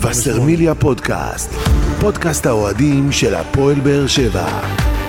וסרמיליה פודקאסט, פודקאסט האוהדים של הפועל באר שבע.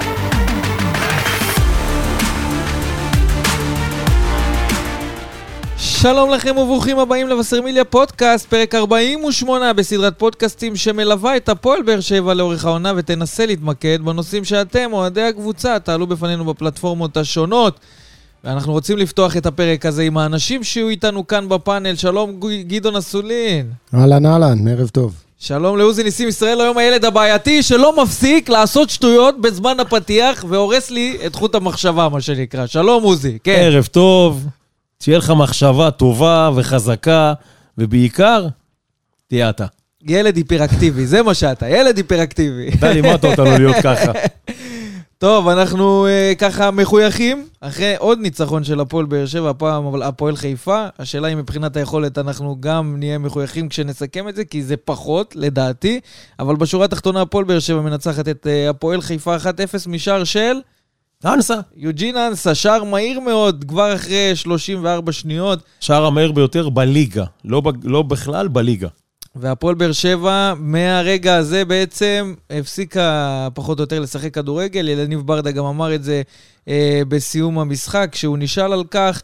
שלום לכם וברוכים הבאים לווסרמיליה פודקאסט, פרק 48 בסדרת פודקאסטים שמלווה את הפועל באר שבע לאורך העונה ותנסה להתמקד בנושאים שאתם, אוהדי הקבוצה, תעלו בפנינו בפלטפורמות השונות. ואנחנו רוצים לפתוח את הפרק הזה עם האנשים שיהיו איתנו כאן בפאנל. שלום גדעון אסולין. אהלן, ערב טוב. שלום לעוזי ניסים ישראל, היום הילד הבעייתי שלא מפסיק לעשות שטויות בזמן הפתיח והורס לי את חוט המחשבה, מה שנקרא. שלום עוזי, כן. ערב טוב, תהיה לך מחשבה טובה וחזקה, ובעיקר, תהיה אתה. ילד היפראקטיבי, זה מה שאתה, ילד היפראקטיבי. אתה לימדת אותנו להיות ככה. טוב, אנחנו ככה מחויכים, אחרי עוד ניצחון של הפועל באר שבע, הפעם הפועל חיפה. השאלה היא מבחינת היכולת, אנחנו גם נהיה מחויכים כשנסכם את זה, כי זה פחות, לדעתי. אבל בשורה התחתונה, הפועל באר שבע מנצחת את הפועל חיפה 1-0 משער של אנסה. יוג'ין אנסה, שער מהיר מאוד, כבר אחרי 34 שניות. שער המהיר ביותר בליגה, לא בכלל בליגה. והפועל באר שבע מהרגע הזה בעצם הפסיקה פחות או יותר לשחק כדורגל. ילניב ברדה גם אמר את זה בסיום המשחק, שהוא נשאל על כך,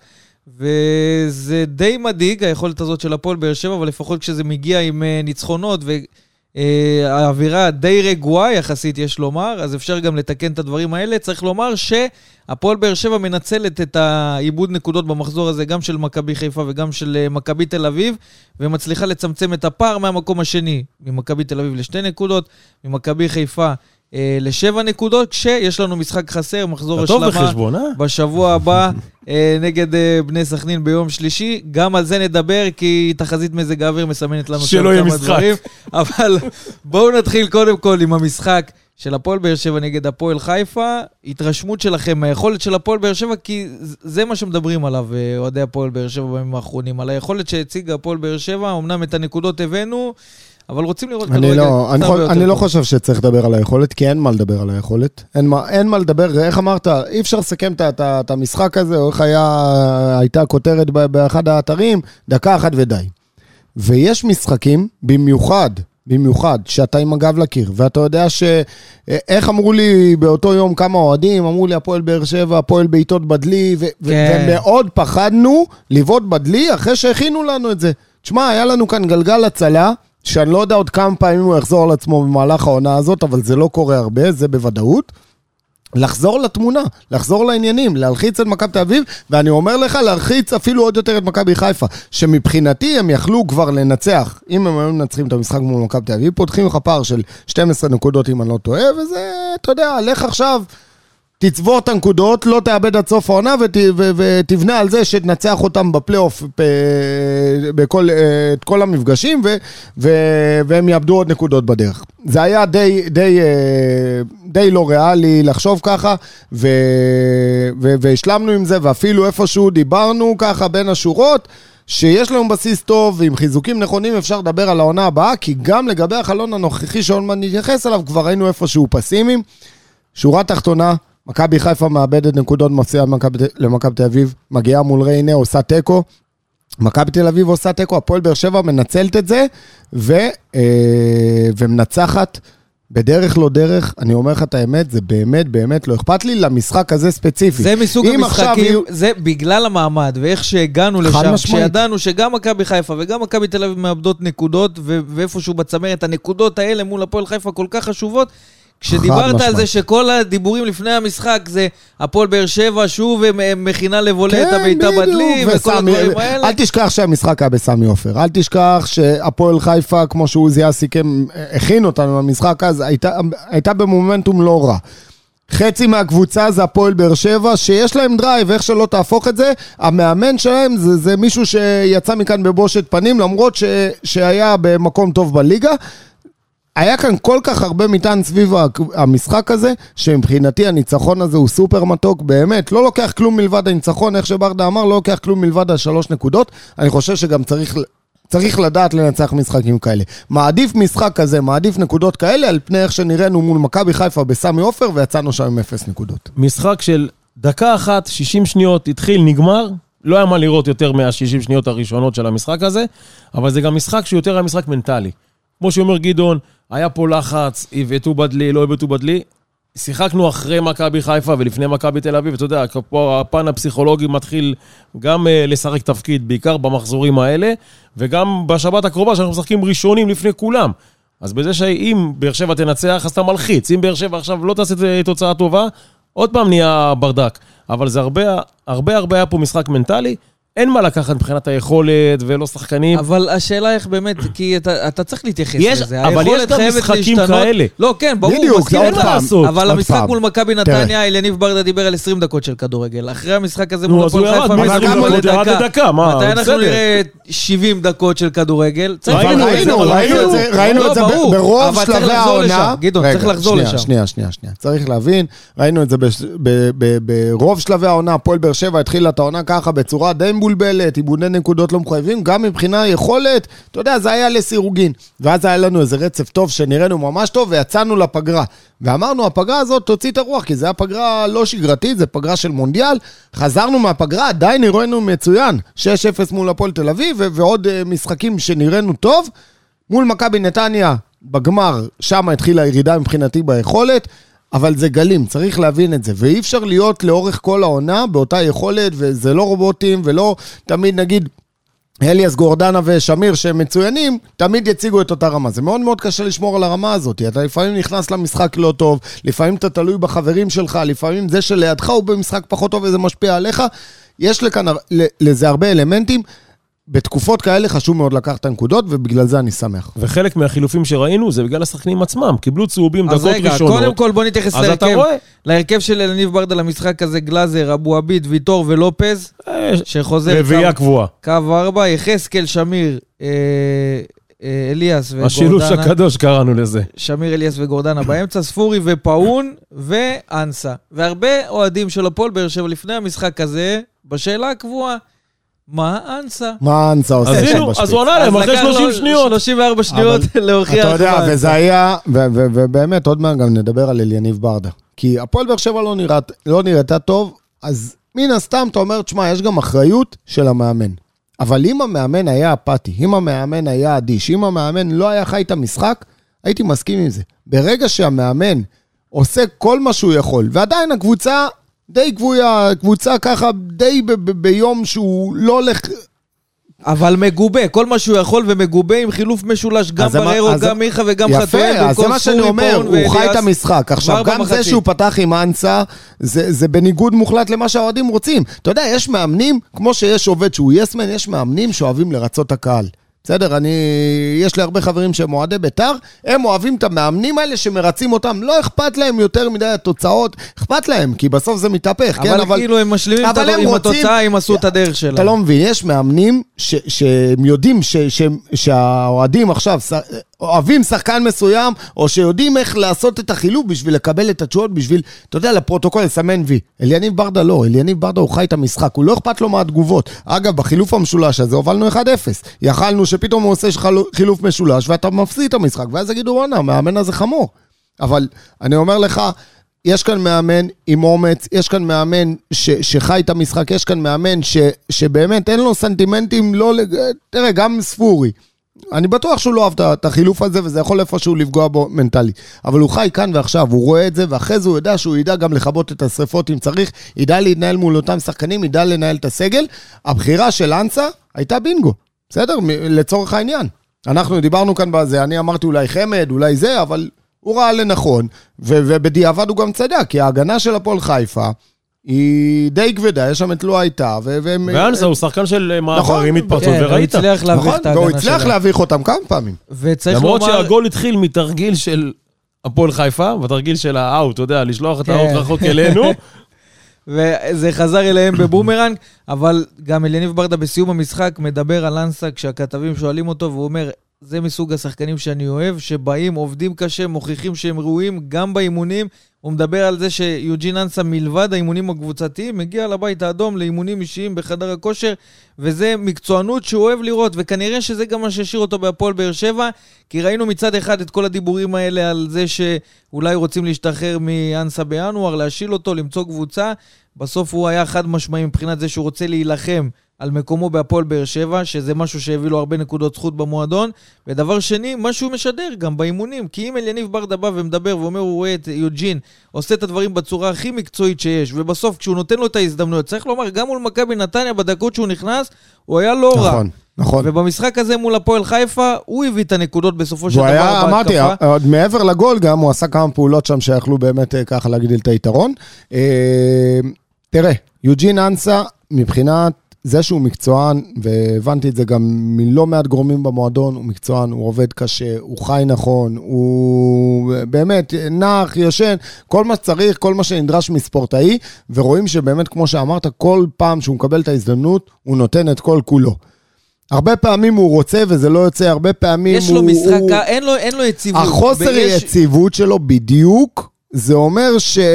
וזה די מדאיג היכולת הזאת של הפועל באר שבע, אבל לפחות כשזה מגיע עם ניצחונות והאווירה די רגועה יחסית יש לומר, אז אפשר גם לתקן את הדברים האלה. צריך לומר שהפועל באר שבע מנצלת את העיבוד נקודות במחזור הזה, גם של מכבי חיפה וגם של מכבי תל אביב, ומצליחה לצמצם את הפער מהמקום השני, ממכבי תל אביב ל2 נקודות, ממכבי חיפה ל7 נקודות, כשיש לנו משחק חסר, מחזור השלמה בשבוע הבא נגד בני סכנין ביום שלישי. גם על זה נדבר, כי תחזית מזג האוויר מסמנת לנו שלא יהיה משחק. אבל בואו נתחיל קודם כל עם המשחק של הפועל באר שבע נגד הפועל חיפה. התרשמות שלכם מהיכולת של הפועל באר שבע, כי זה מה שמדברים עליו אוהדי הפועל באר שבע בימים האחרונים, על היכולת שהציג הפועל באר שבע. אמנם את הנקודות הבאנו, אבל רוצים לראות כדורגל. אני לא חושב שצריך לדבר על היכולת, כי אין מה לדבר על היכולת. אין מה לדבר, איך אמרת, אי אפשר לסכם את המשחק הזה, או איך הייתה כותרת באחד האתרים, דקה אחת ודי. ויש משחקים, במיוחד, שאתה עם הגב לקיר, ואתה יודע איך אמרו לי באותו יום כמה אוהדים, אמרו לי הפועל באר שבע, הפועל בעיטות בדלי, ומאוד פחדנו לבעוט בדלי, אחרי שהכינו לנו את זה. תשמע, היה לנו כאן גלגל הצלה, שאני לא יודע עוד כמה פעמים הוא יחזור על עצמו במהלך העונה הזאת, אבל זה לא קורה הרבה, זה בוודאות. לחזור לתמונה, לחזור לעניינים, להלחיץ את מכבי תל אביב, ואני אומר לך, להלחיץ אפילו עוד יותר את מכבי חיפה, שמבחינתי הם יכלו כבר לנצח, אם הם היו מנצחים את המשחק מול מכבי תל אביב, פותחים לך פער של 12 נקודות אם אני לא טועה, וזה, אתה יודע, לך עכשיו, תצבור את הנקודות, לא תאבד עד סוף העונה, ותבנה על זה שתנצח אותם בפלייאוף את כל המפגשים, והם יאבדו עוד נקודות בדרך. זה היה די לא ריאלי לחשוב ככה, והשלמנו עם זה, ואפילו איפשהו דיברנו ככה בין השורות, שיש לנו בסיס טוב, ועם חיזוקים נכונים אפשר לדבר על העונה הבאה, כי גם לגבי החלון הנוכחי שעוד מה נתייחס עליו, כבר ראינו איפשהו פסימיים. שורה תחתונה, מכבי חיפה מאבדת נקודות, מפסיעה למכבי תל אביב, מגיעה מול ריינה, עושה טקו, מכבי תל אביב עושה טקו, הפועל באר שבע מנצלת את זה, ומנצחת בדרך לא דרך. אני אומר לך את האמת, זה באמת לא אכפת לי למשחק הזה ספציפי. זה מסוג המשחקים, זה בגלל המעמד, ואיך שהגענו לשם, כשידענו שגם מכבי חיפה וגם מכבי תל אביב מאבדות נקודות, ואיפשהו בצמרת, הנקודות האלה מול הפועל חיפה כל כך חשובות, כשדיברת על זה שכל הדיבורים לפני המשחק זה הפועל באר שבע שוב מכינה לבולה את הביתה בדלי וכל הדברים האלה. אל תשכח שהמשחק היה בסמי עופר, אל תשכח שהפועל חיפה, כמו שעוזי סיכם, הכין אותנו למשחק אז, הייתה במומנטום לא רע. חצי מהקבוצה זה הפועל באר שבע, שיש להם דרייב, איך שלא תהפוך את זה, המאמן שלהם זה מישהו שיצא מכאן בבושת פנים, למרות שהיה במקום טוב בליגה. היה כאן כל כך הרבה מטען סביב המשחק הזה, שמבחינתי הניצחון הזה הוא סופר מתוק, באמת, לא לוקח כלום מלבד הניצחון, איך שברדה אמר, לא לוקח כלום מלבד 3 נקודות, אני חושב שגם צריך לדעת לנצח משחקים כאלה. מעדיף משחק כזה, מעדיף נקודות כאלה, על פני איך שנראינו מול מכבי חיפה בסמי עופר, ויצאנו שם עם 0 נקודות. משחק של דקה אחת, 60 שניות, התחיל, נגמר, לא היה מה לראות יותר מה-60 שניות הראשונות של המשחק הזה, אבל זה גם משחק שהוא יותר היה משחק מנטלי. כמו שאומר גדעון, היה פה לחץ, הבאתו בדלי, לא הבאתו בדלי, שיחקנו אחרי מכבי חיפה ולפני מכבי תל אביב, ואתה יודע, פה הפן הפסיכולוגי מתחיל גם לשחק תפקיד, בעיקר במחזורים האלה, וגם בשבת הקרובה שאנחנו משחקים ראשונים לפני כולם. אז בזה שאם באר שבע תנצח, אז אתה מלחיץ. אם באר שבע עכשיו לא תעשה תוצאה טובה, עוד פעם נהיה ברדק. אבל זה הרבה היה פה משחק מנטלי, אין מה לקחת מבחינת היכולת ולא שחקנים. אבל השאלה איך באמת, כי אתה צריך להתייחס לזה. אבל יש גם משחקים כאלה. לא, כן, ברור. בדיוק, זה עוד פעם. אבל המשחק מול מכבי נתניה, אליניב ברדה דיבר על 20 דקות של כדורגל. אחרי המשחק הזה מול הפועל חיפה, מתי אנחנו נראה 70 דקות של כדורגל? ראינו את זה ברוב שלבי העונה. גדעון, צריך לחזור לשם. שנייה. צריך להבין, ראינו את זה ברוב שלבי העונה. הפועל באר שבע התחילה את העונה ככה בצורה די מבולבלת, עיבודי נקודות לא מחויבים, גם מבחינה יכולת, אתה יודע, זה היה לסירוגין. ואז היה לנו איזה רצף טוב שנראינו ממש טוב, ויצאנו לפגרה. ואמרנו, הפגרה הזאת תוציא את הרוח, כי זה היה פגרה לא שגרתית, זה פגרה של מונדיאל. חזרנו מהפגרה, עדיין נראינו מצוין. 6-0 מול הפועל תל אביב, ועוד משחקים שנראינו טוב. מול מכבי נתניה, בגמר, שם התחילה הירידה מבחינתי ביכולת, אבל זה גלים, צריך להבין את זה, ואי אפשר להיות לאורך כל העונה באותה יכולת, וזה לא רובוטים, ולא תמיד נגיד, אליאס גורדנה ושמיר שהם מצוינים, תמיד יציגו את אותה רמה. זה מאוד מאוד קשה לשמור על הרמה הזאת, אתה לפעמים נכנס למשחק לא טוב, לפעמים אתה תלוי בחברים שלך, לפעמים זה שלידך הוא במשחק פחות טוב וזה משפיע עליך, יש לכאן לזה הרבה אלמנטים, בתקופות כאלה חשוב מאוד לקחת את הנקודות, ובגלל זה אני שמח. וחלק מהחילופים שראינו זה בגלל השחקנים עצמם, קיבלו צהובים דקות ראשונות. אז רגע, קודם כל בוא נתייחס להרכב של אליניב ברדה למשחק הזה, גלאזר, אבו עביד, ויטור ולופז, שחוזר רביעייה קבועה. קו 4, יחזקאל, שמיר, אליאס וגורדנה. השילוש הקדוש קראנו לזה. שמיר, אליאס וגורדנה באמצע, ספורי ופאון ואנסה. והרבה אוהדים של הפועל באר שבע לפני המשחק הזה, בשאלה הקבועה, מה אנסה? מה אנסה עושה שם בשפיץ? אז הוא עונה להם אחרי 30 שניות. 34 שניות להוכיח. אתה יודע, וזה היה, ובאמת עוד מעט גם נדבר על אליניב ברדה. כי הפועל באר שבע לא נראתה טוב, אז מן הסתם אתה אומר, תשמע, יש גם אחריות של המאמן. אבל אם המאמן היה אפאתי, אם המאמן היה אדיש, אם המאמן לא היה חי את המשחק, הייתי מסכים עם זה. ברגע שהמאמן עושה כל מה שהוא יכול, ועדיין הקבוצה די גבויה, קבוצה ככה די ביום שהוא לא הולך... אבל מגובה, כל מה שהוא יכול ומגובה עם חילוף משולש, גם בררו, גם מיכה וגם חתואל. יפה, אז זה מה שאני אומר, הוא חי את המשחק. עכשיו, גם זה שהוא פתח עם אנסה, זה בניגוד מוחלט למה שהאוהדים רוצים. אתה יודע, יש מאמנים, כמו שיש עובד שהוא יסמן, יש מאמנים שאוהבים לרצות הקהל. בסדר, יש לי הרבה חברים שהם אוהדי בית"ר, הם אוהבים את המאמנים האלה שמרצים אותם, לא אכפת להם יותר מדי התוצאות, אכפת להם, כי בסוף זה מתהפך, כן? אבל כאילו הם משלימים עם התוצאה, הם עשו את הדרך שלהם. אתה לא מבין, יש מאמנים שהם יודעים שהאוהדים עכשיו אוהבים שחקן מסוים, או שיודעים איך לעשות את החילוף בשביל לקבל את התשואות, בשביל, אתה יודע, לפרוטוקול, לסמן וי. אליניב ברדה לא, אליניב ברדה הוא חי את המשחק, הוא לא אכפת לו מהתגובות. אגב, בחילוף המשולש הזה הובלנו 1-0. יכלנו שפתאום הוא עושה חילוף משולש, ואתה מפסיד את המשחק, ואז יגידו, וואנה, המאמן הזה חמור. אבל אני אומר לך, יש כאן מאמן עם אומץ, יש כאן מאמן שחי את המשחק, יש כאן מאמן שבאמת אין לו סנטימנטים, לא, תראה, גם ספורי. אני בטוח שהוא לא אוהב את החילוף הזה, וזה יכול איפשהו לפגוע בו מנטלי. אבל הוא חי כאן ועכשיו, הוא רואה את זה, ואחרי זה הוא יודע שהוא ידע גם לחבות את השריפות אם צריך, ידע להתנהל מול אותם שחקנים, ידע לנהל את הסגל. הבחירה של אנסה הייתה בינגו, בסדר? לצורך העניין. אנחנו דיברנו כאן בזה, אני אמרתי אולי חמד, אולי זה, אבל הוא ראה לנכון, ובדיעבד הוא גם צדק, כי ההגנה של הפועל חיפה, היא די כבדה, יש שם את לא הייתה, ואנסה הוא שחקן של מעברים מתפרצות, וראית. והוא הצליח להביך אותם כמה פעמים. למרות שהגול התחיל מתרגיל של הפועל חיפה, ותרגיל של האאוט, אתה יודע, לשלוח את האאוט רחוק אלינו. וזה חזר אליהם בבומרנג, אבל גם אליניב ברדה בסיום המשחק מדבר על אנסה, כשהכתבים שואלים אותו, והוא אומר, זה מסוג השחקנים שאני אוהב, שבאים, עובדים קשה, מוכיחים שהם ראויים, גם באימונים. הוא מדבר על זה שיוג'ין אנסה מלבד האימונים הקבוצתיים, מגיע לבית האדום לאימונים אישיים בחדר הכושר, וזה מקצוענות שהוא אוהב לראות, וכנראה שזה גם מה שהשאיר אותו בהפועל באר שבע, כי ראינו מצד אחד את כל הדיבורים האלה על זה שאולי רוצים להשתחרר מאנסה בינואר, להשיל אותו, למצוא קבוצה, בסוף הוא היה חד משמעי מבחינת זה שהוא רוצה להילחם על מקומו בהפועל באר שבע, שזה משהו שהביא לו הרבה נקודות זכות במועדון, ודבר שני, משהו משדר גם באימונים, כי אם יניב ברדה בא ומדבר ואומר, הוא רואה את יוג'ין, עושה את הדברים בצורה הכי מקצועית שיש, ובסוף כשהוא נותן לו את ההזדמנויות, צריך לומר, גם מול מכבי נתניה בדקות שהוא נכנס, הוא היה לא רע. נכון. ובמשחק הזה מול הפועל חיפה, הוא הביא את הנקודות בסופו של דבר בהתקפה. אמרתי, עוד מעבר לגול גם, הוא עשה כמה פעולות שם שיכלו באמת ככה להגדיל את היתרון. תראה, יוג'ין אנסה, מבחינת זה שהוא מקצוען, והבנתי את זה גם מלא מעט גורמים במועדון, הוא מקצוען, הוא עובד קשה, הוא חי נכון, הוא באמת נח, יושן, כל מה שצריך, כל מה שנדרש מספורטאי, ורואים שבאמת, כמו שאמרת, כל פעם שהוא מקבל את ההזדמנות, הוא נותן את כל כולו. הרבה פעמים הוא רוצה וזה לא יוצא, הרבה פעמים יש לו משחק, אין לו יציבות. החוסר יציבות שלו בדיוק, זה אומר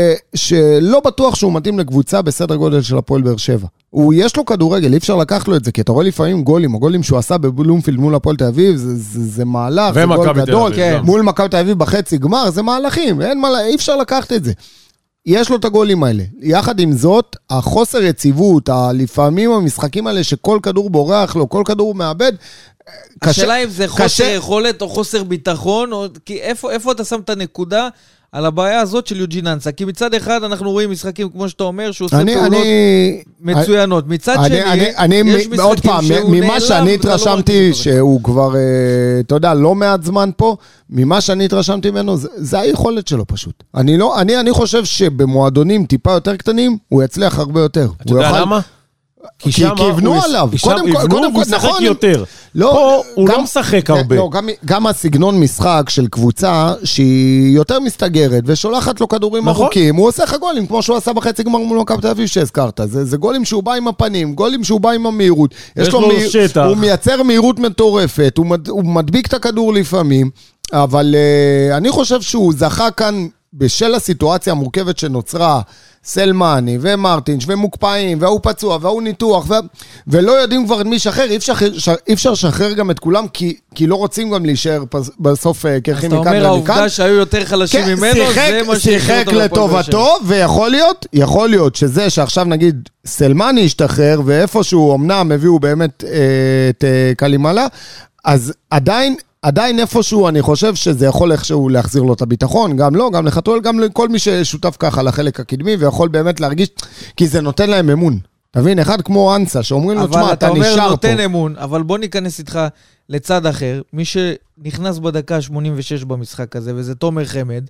שלא בטוח שהוא מתאים לקבוצה בסדר גודל של הפועל באר שבע. יש לו כדורגל, אי אפשר לקח לו את זה, כי אתה רואה לפעמים גולים, הגולים שהוא עשה בבלומפילד מול הפועל תל אביב, זה מהלך, זה גול גדול, מול מכבי תל אביב בחצי גמר, זה מהלכים, אי אפשר לקחת את זה. יש לו את הגולים האלה. יחד עם זאת, החוסר יציבות, לפעמים המשחקים האלה שכל כדור בורח לו, כל כדור מאבד, השאלה אם זה חוסר יכולת או חוסר ביטחון, כי איפה אתה שם את הנקודה על הבעיה הזאת של יוג'ין אנסה? כי מצד אחד אנחנו רואים משחקים, כמו שאתה אומר, שהוא עושה פעולות מצוינות. מצד שני, יש משחקים שהוא נעלם. ממה שאני התרשמתי, שהוא כבר, אתה יודע, לא מעט זמן פה, ממה שאני התרשמתי ממנו, זה היכולת שלו פשוט. אני חושב שבמועדונים טיפה יותר קטנים, הוא יצליח הרבה יותר. אתה יודע למה? כי כיוונו עליו. קודם כל, משחק יותר. פה הוא לא משחק הרבה. גם הסגנון משחק של קבוצה שהיא יותר מסתגרת ושולחת לו כדורים ארוכים, הוא עושה לך גולים, כמו שהוא עשה בחצי גמר מול מכבי תל אביב שהזכרת. זה גולים שהוא בא עם הפנים, גולים שהוא בא עם המהירות. הוא מייצר מהירות מטורפת, הוא מדביק את הכדור לפעמים, אבל אני חושב שהוא זכה כאן בשל הסיטואציה המורכבת שנוצרה, סלמני ומרטינש ומוקפאים, והוא פצוע והוא ניתוח, ולא יודעים כבר מי שחרר, אי אפשר לשחרר גם את כולם, כי לא רוצים גם להישאר בסוף קרחים מכאן ומכאן. אז אתה אומר, העובדה שהיו יותר חלשים ממנו, זה מה שיחק לטובתו, ויכול להיות שזה שעכשיו נגיד סלמני ישתחרר, ואיפשהו אמנם הביאו באמת את קלימלה, אז עדיין איפשהו אני חושב שזה יכול איכשהו להחזיר לו את הביטחון, גם לא, גם לחתול, גם לכל מי ששותף ככה לחלק הקדמי, ויכול באמת להרגיש, כי זה נותן להם אמון. תבין, אחד כמו אנסה, שאומרים לו, תשמע, אתה נשאר פה. אבל אתה אומר נותן אמון, אבל בוא ניכנס איתך לצד אחר, מי שנכנס בדקה 86 במשחק הזה, וזה תומר חמד,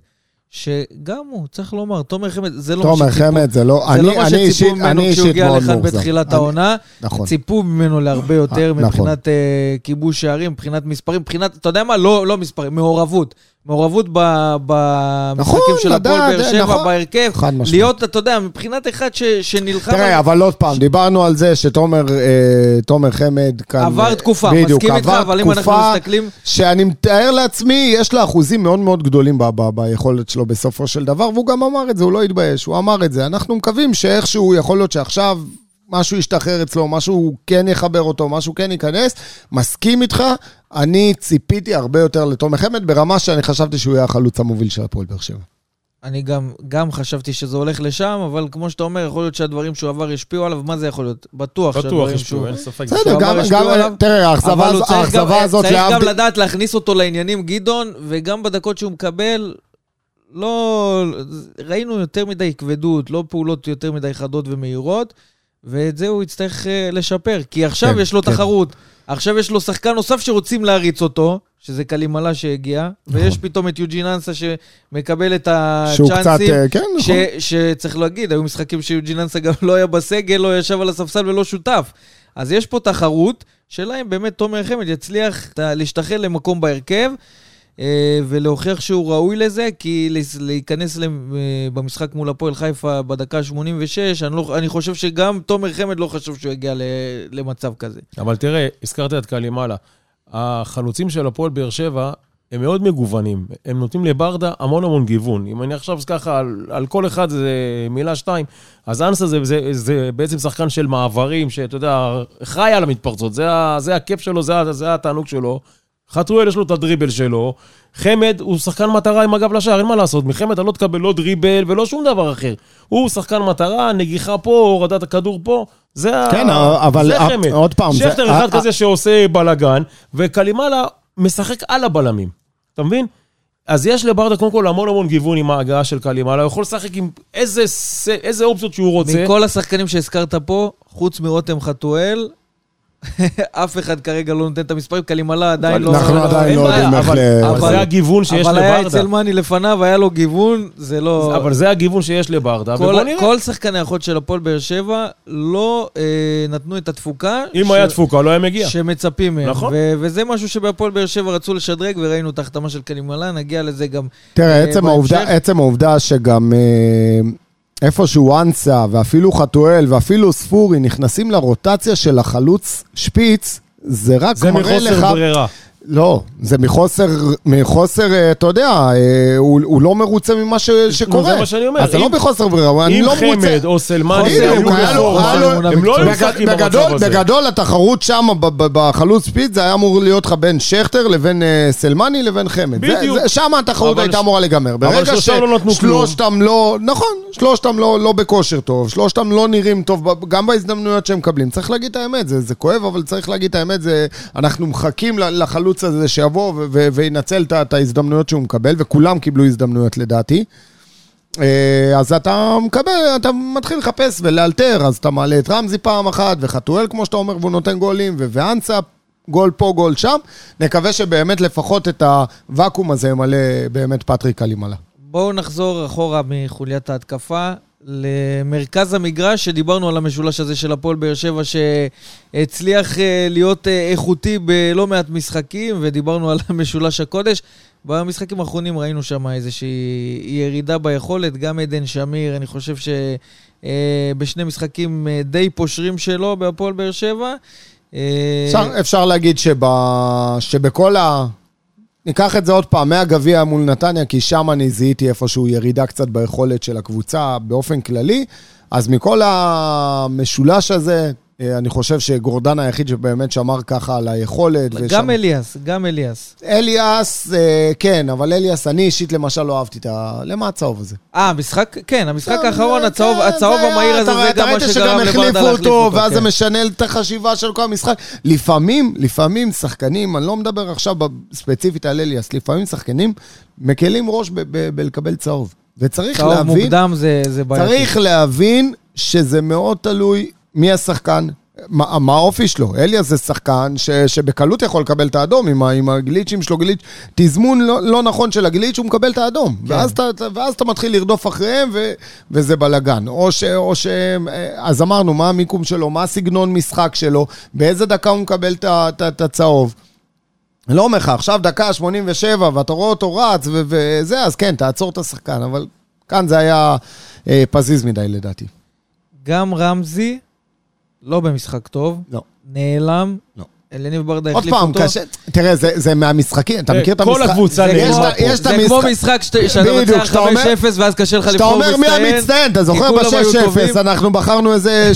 שגם הוא, צריך לומר, תומר חמד, זה לא תומר חמד, זה לא מה שציפו ממנו כשהוא הגיע לכאן בתחילת העונה, ציפו ממנו להרבה יותר מבחינת כיבוש שערים, מבחינת מספרים, מבחינת, אתה יודע מה? לא מספרים, מעורבות במשחקים של הפועל באר שבע, בהרכב, להיות, אתה יודע, מבחינת אחד שנלחם... תראה, אבל עוד פעם, דיברנו על זה שתומר חמד כאן... עבר תקופה, מסכים איתך, אבל אם אנחנו מסתכלים... שאני מתאר לעצמי, יש לה אחוזים מאוד מאוד גדולים ביכולת שלו בסופו של דבר, והוא גם אמר את זה, הוא לא התבייש, הוא אמר את זה. אנחנו מקווים שאיכשהו יכול להיות שעכשיו משהו ישתחרר אצלו, משהו כן יחבר אותו, משהו כן ייכנס, מסכים איתך, אני ציפיתי הרבה יותר לתומר חמד, ברמה שאני חשבתי שהוא יהיה החלוץ המוביל של הפועל באר שבע. אני גם חשבתי שזה הולך לשם, אבל כמו שאתה אומר, יכול להיות שהדברים שהוא עבר ישפיעו עליו, מה זה יכול להיות? בטוח ישפיעו, אין ספק. בסדר, גם, תראה, האכזבה הזאת... צריך גם לדעת להכניס אותו לעניינים, גדעון, וגם בדקות שהוא מקבל, לא... ראינו יותר מדי כבדות, לא פעולות יותר מדי חדות ומהירות, ואת זה הוא יצטרך לשפר, כי עכשיו יש לו תחרות, עכשיו יש לו שחקן נוסף שרוצים להריץ אותו, שזה קלימלה שהגיע, ויש פתאום את יוג'ין אנסה שמקבל את הצ'אנסים, שצריך להגיד, היו משחקים שיוג'ין אנסה גם לא היה בסגל, לא ישב על הספסל ולא שותף. אז יש פה תחרות, שאלה אם באמת תומר חמד יצליח להשתחל למקום בהרכב, ולהוכיח שהוא ראוי לזה, כי להיכנס במשחק מול הפועל חיפה בדקה 86, אני חושב שגם תומר חמד לא חשב שהוא יגיע למצב כזה. אבל תראה, הזכרת את קלימלה, החלוצים של הפועל באר שבע הם מאוד מגוונים, הם נותנים לברדה המון גיוון. אם אני עכשיו ככה, על כל אחד זה מילה 2, אז אנסה זה בעצם שחקן של מעברים, שאתה יודע, חי על המתפרצות, זה הכיף שלו, זה התענוג שלו, חתואל יש לו את הדריבל שלו, חמד הוא שחקן מטרה עם הגב לשער, אין מה לעשות, מחמד אתה לא תקבל לא דריבל ולא שום דבר אחר. הוא שחקן מטרה, נגיחה פה, הורדת הכדור פה, זה חמד. עוד פעם, שכטר אחד כזה שעושה בלגן, וקלימאלה משחק על הבלמים. אתה מבין? אז יש לברדה קודם כל המון גיוון עם ההגעה של קלימאלה, הוא יכול לשחק עם איזה אופציות שהוא רוצה. מכל השחקנים שהזכרת פה, חוץ מרותם חתואל, אף אחד כרגע לא נותן את המספרים, קלימאלה עדיין לא... אנחנו עדיין לא יודעים איך אבל זה הגיוון שיש לברדה. אבל היה אצל מני לפניו, היה לו גיוון, זה לא... אבל זה הגיוון שיש לברדה, ובוא נראה. כל שחקני החוד של הפועל באר שבע לא נתנו את התפוקה... אם היה תפוקה, לא היה מגיע. שמצפים מהם. נכון. וזה משהו שבהפועל באר שבע רצו לשדרג, וראינו את ההחתמה של קלימאלה, נגיע לזה גם... תראה, עצם העובדה שגם... איפשהו אנסה, ואפילו חתואל, ואפילו ספורי, נכנסים לרוטציה של החלוץ שפיץ, זה רק זה מראה לך... זה מחוסר ברירה. לא, זה מחוסר, אתה יודע, הוא לא מרוצה ממה שקורה. זה מה שאני אומר. אז זה לא מחוסר ברירה, אני לא מרוצה. אם חמד או סלמני, הם לא משחקים במצב הזה. בגדול, התחרות שם בחלוץ שפיץ, זה היה אמור להיות לך בין שכטר לבין סלמני לבין חמד. בדיוק. שם התחרות הייתה אמורה לגמר. אבל שלושתם לא, נכון, שלושתם לא בכושר טוב, שלושתם לא נראים טוב, גם בהזדמנויות שהם מקבלים. צריך להגיד את האמת, זה כואב, אבל צריך להגיד את האמת, אנחנו מחכים לחלוץ הזה שיבוא וינצל את ההזדמנויות שהוא מקבל, וכולם קיבלו הזדמנויות לדעתי. אז אתה מקבל, אתה מתחיל לחפש ולאלתר, אז אתה מעלה את רמזי פעם אחת, וחתואל כמו שאתה אומר, והוא נותן גולים, ואנסה, גול פה, גול שם. נקווה שבאמת לפחות את הוואקום הזה מלא באמת פטריק קלימאלה. בואו נחזור אחורה מחוליית ההתקפה, למרכז המגרש, שדיברנו על המשולש הזה של הפועל באר שבע, שהצליח להיות איכותי בלא מעט משחקים, ודיברנו על המשולש הקודש. במשחקים האחרונים ראינו שם איזושהי ירידה ביכולת, גם עדן שמיר, אני חושב שבשני משחקים די פושרים שלו בהפועל באר שבע. אפשר להגיד שבכל ניקח את זה עוד פעם, מהגביע מול נתניה, כי שם אני זיהיתי איפשהו ירידה קצת ביכולת של הקבוצה באופן כללי, אז מכל המשולש הזה, אני חושב שגורדן היחיד שבאמת שמר ככה על היכולת. גם אליאס. אליאס, כן, אבל אליאס, אני אישית למשל לא אהבתי למה הצהוב הזה? המשחק, כן, המשחק האחרון, הצהוב המהיר הזה, זה גם מה שגרם לברדה להחליף אותו. ואז זה משנה את החשיבה של כל המשחק. לפעמים שחקנים, אני לא מדבר עכשיו ספציפית על אליאס, לפעמים שחקנים מקלים ראש בלקבל צהוב. וצריך להבין, צהוב מוקדם זה בעייתי. צריך להבין שזה מאוד תלוי מי השחקן, מה האופי שלו. אליאס זה שחקן שבקלות יכול לקבל את האדום, עם הגליצ'ים שלו, תזמון לא נכון של הגליץ' הוא מקבל את האדום, ואז אתה מתחיל לרדוף אחריהם, וזה בלגן. אז אמרנו, מה המיקום שלו, מה הסגנון משחק שלו, באיזה דקה הוא מקבל את הצהוב. לא אומר לך, עכשיו דקה 87, ואתה רואה אותו רץ, וזה, אז כן, תעצור את השחקן, אבל כאן זה היה פזיז מדי לדעתי. גם רמזי, לא במשחק טוב, לא. נעלם, לא. אליניב ברדה עוד החליף אותו. פעם, תראה, זה מהמשחקים, אתה מכיר את המשחק? כל הקבוצה זה כמו משחק שאתה מצליח 5-0 ואז קשה לך לבחור מצטיין. אתה אומר מי המצטיין, אתה זוכר ב-6-0, אנחנו בחרנו איזה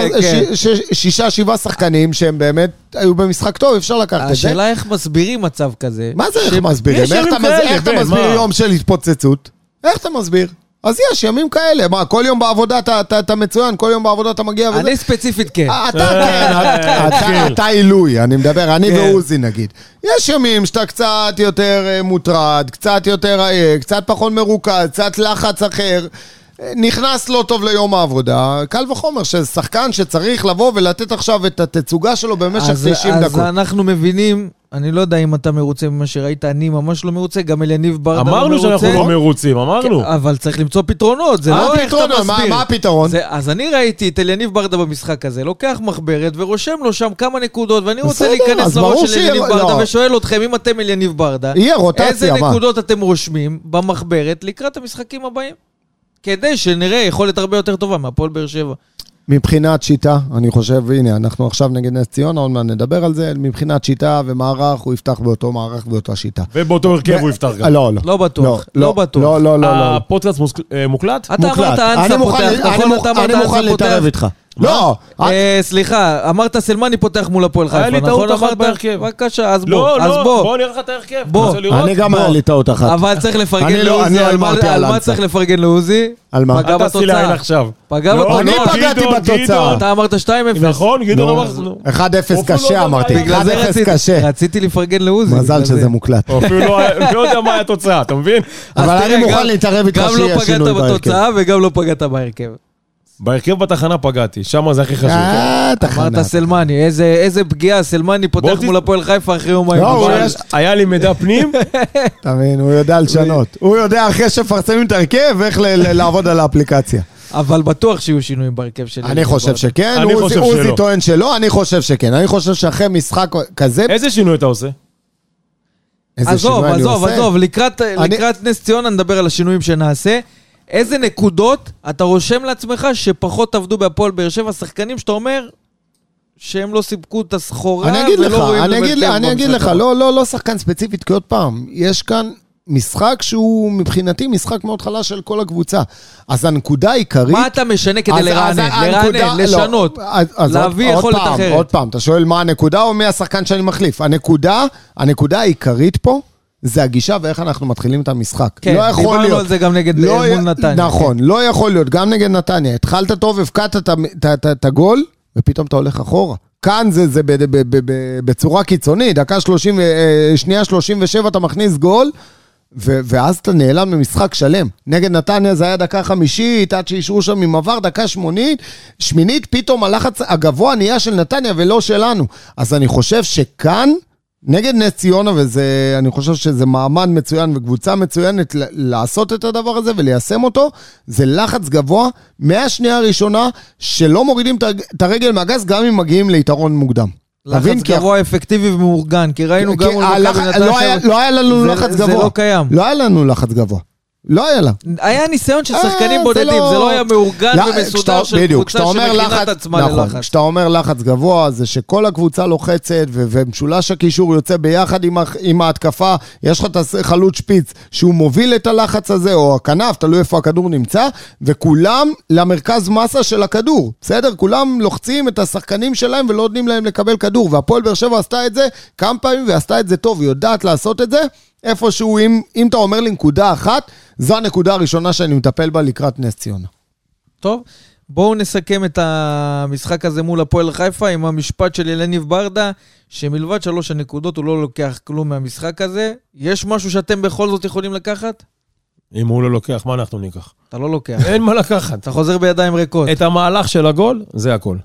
6-7 שחקנים שהם באמת היו במשחק טוב, אפשר לקחת את זה. השאלה איך מסבירים מצב כזה. מה זה איך מסבירים? איך אתה מסביר יום של התפוצצות? איך אתה מסביר? אז יש ימים כאלה, מה, כל יום בעבודה אתה מצוין, כל יום בעבודה אתה מגיע וזה? אני ספציפית כן. אתה עילוי, אני מדבר, אני ועוזי נגיד. יש ימים שאתה קצת יותר מוטרד, קצת יותר קצת פחות מרוכז, קצת לחץ אחר, נכנס לא טוב ליום העבודה, קל וחומר ששחקן שצריך לבוא ולתת עכשיו את התצוגה שלו במשך 90 דקות. אז אנחנו מבינים, אני לא יודע אם אתה מרוצה ממה שראית, אני ממש לא מרוצה, גם אליניב ברדה לא מרוצה. אמרנו שאנחנו לא מרוצים, אמרנו. אבל צריך למצוא פתרונות, זה לא איך אתה מסביר. מה הפתרון? אז אני ראיתי את אליניב ברדה במשחק הזה, לוקח מחברת ורושם לו שם כמה נקודות, ואני רוצה להיכנס לראש של אליניב ברדה ושואל אתכם, אם אתם אליניב ברדה, איזה נקודות אתם רושמים במחברת לקראת המשחקים הבאים? כדי שנראה יכולת הרבה יותר טובה מהפועל באר שבע. מבחינת שיטה, אני חושב, הנה, אנחנו עכשיו נגד נס ציונה, עוד מעט נדבר על זה, מבחינת שיטה ומערך, הוא יפתח באותו מערך ובאותה שיטה. ובאותו הרכב הוא יפתח גם. לא, לא. לא בטוח, לא בטוח. לא. הפודקאסט מוקלט? אתה אמרת אנסה פותח, אני מוכן להתערב איתך. לא, סליחה, אמרת סלמני פותח מול הפועל חיפה, היה לי טעות אחת בהרכב. בבקשה, אז בוא. לא, בוא נראה לך את ההרכב. אני גם היה לי טעות אחת. אבל צריך לפרגן לעוזי, על מה צריך לפרגן לעוזי? על מה? פגע בתוצאה. פגע בתוצאה. אני פגעתי בתוצאה. אתה אמרת 2-0. נכון, גדעון אמר. 1-0 קשה אמרתי, 1-0 קשה. רציתי לפרגן לעוזי. מזל שזה מוקלט. אפילו לא יודע מה התוצאה, אתה מבין? אבל אני מוכן להתערב איתך שיהיה שינוי בהרכב. גם לא פגעת בתוצאה וגם לא פגעת בהרכב. בהרכב בתחנה פגעתי, שם זה הכי חשוב. אמרת סלמני, איזה פגיעה, סלמני פותח מול הפועל חיפה אחרי יומיים. היה לי מידע פנים. תבין, הוא יודע לשנות. הוא יודע אחרי שפרסמים את ההרכב, איך לעבוד על האפליקציה. אבל בטוח שיהיו שינויים בהרכב שלי. אני חושב שכן, עוזי טוען שלא, אני חושב שכן. אני חושב שאחרי משחק כזה... איזה שינוי אתה עושה? עזוב, לקראת נס ציונה נדבר על השינויים שנעשה. איזה נקודות אתה רושם לעצמך שפחות עבדו בהפועל באר שבע, שחקנים שאתה אומר שהם לא סיפקו את הסחורה ולא רואים לברכב. אני אגיד לך, לא שחקן ספציפית, כי עוד פעם, יש כאן משחק שהוא מבחינתי משחק מאוד חלש של כל הקבוצה. אז הנקודה העיקרית... מה אתה משנה כדי לרענן, לשנות, להביא יכולת אחרת? עוד פעם, אתה שואל מה הנקודה או מי השחקן שאני מחליף? הנקודה העיקרית פה, זה הגישה ואיך אנחנו מתחילים את המשחק. כן, דיברנו על זה גם נגד מול נתניה. נכון, לא יכול להיות, גם נגד נתניה. התחלת טוב, הפקעת את הגול, ופתאום אתה הולך אחורה. כאן זה בצורה קיצונית, דקה 30, שנייה 37 אתה מכניס גול, ואז אתה נעלם במשחק שלם. נגד נתניה זה היה דקה 50, עד שישרו שם ממעבר, דקה 8, פתאום הלחץ הגבוה נהיה של נתניה ולא שלנו. אז אני חושב שכאן, נגד נס ציונה, אני חושב שזה מעמד מצוין וקבוצה מצוינת לעשות את הדבר הזה וליישם אותו, זה לחץ גבוה מהשנייה הראשונה שלא מורידים את הרגל מהגז גם אם מגיעים ליתרון מוקדם. לחץ גבוה אפקטיבי ומאורגן, כי ראינו גם... לא היה לנו לחץ גבוה. זה לא קיים. לא היה לנו לחץ גבוה. לא היה לה. היה ניסיון של שחקנים בודדים, זה לא היה מאורגן ומסודר של קבוצה שמכינה את עצמה ללחץ. כשאתה אומר לחץ גבוה, זה שכל הקבוצה לוחצת, ומשולש הקישור יוצא ביחד עם ההתקפה, יש לך את החלוץ שפיץ, שהוא מוביל את הלחץ הזה, או הכנף, תלוי איפה הכדור נמצא, וכולם למרכז מסה של הכדור, בסדר? כולם לוחצים את השחקנים שלהם, ולא נותנים להם לקבל כדור, והפועל באר שבע עשתה את זה כמה פעמים, ועשתה את זה טוב, היא יודעת לעשות את זה, איפשהו, אם אתה אומר לי נקודה אחת, זו הנקודה הראשונה שאני מטפל בה לקראת נס ציונה. טוב, בואו נסכם את המשחק הזה מול הפועל חיפה, עם המשפט של ילניב ברדה, שמלבד 3 הנקודות הוא לא לוקח כלום מהמשחק הזה. יש משהו שאתם בכל זאת יכולים לקחת? אם הוא לא לוקח, מה אנחנו ניקח? אתה לא לוקח. אין מה לקחת. אתה חוזר בידיים ריקות. את המהלך של הגול, זה הכל.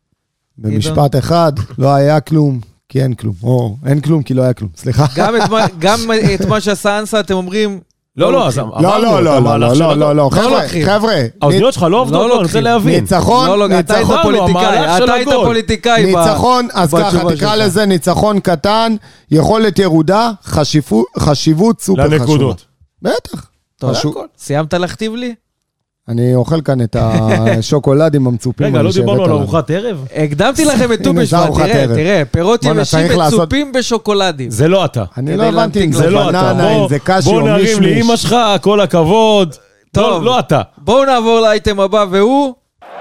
במשפט אחד, לא היה כלום. כי אין כלום, או אין כלום כי לא היה כלום, סליחה. גם את מה שעשה אנסה אתם אומרים... לא, אז אמרנו את המהלך של הגול. לא, חבר'ה. האוזניות שלך לא עובדות, אני רוצה להבין. ניצחון, אתה היית פוליטיקאי. ניצחון, אז ככה, תקרא לזה ניצחון קטן, יכולת ירודה, חשיבות סופר חשובה. לנקודות. בטח. סיימת להכתיב לי? אני אוכל כאן את השוקולדים המצופים. רגע, לא דיברנו על ארוחת ערב? הקדמתי לכם את ט"ו בשבט, תראה, פירות יבשים מצופים בשוקולדים. זה לא אתה. אני לא הבנתי אם זה בננה, אם זה קשי או מישמיש. בוא נרים לאמא שלך, כל הכבוד. טוב, לא אתה. בואו נעבור לאייטם הבא, והוא...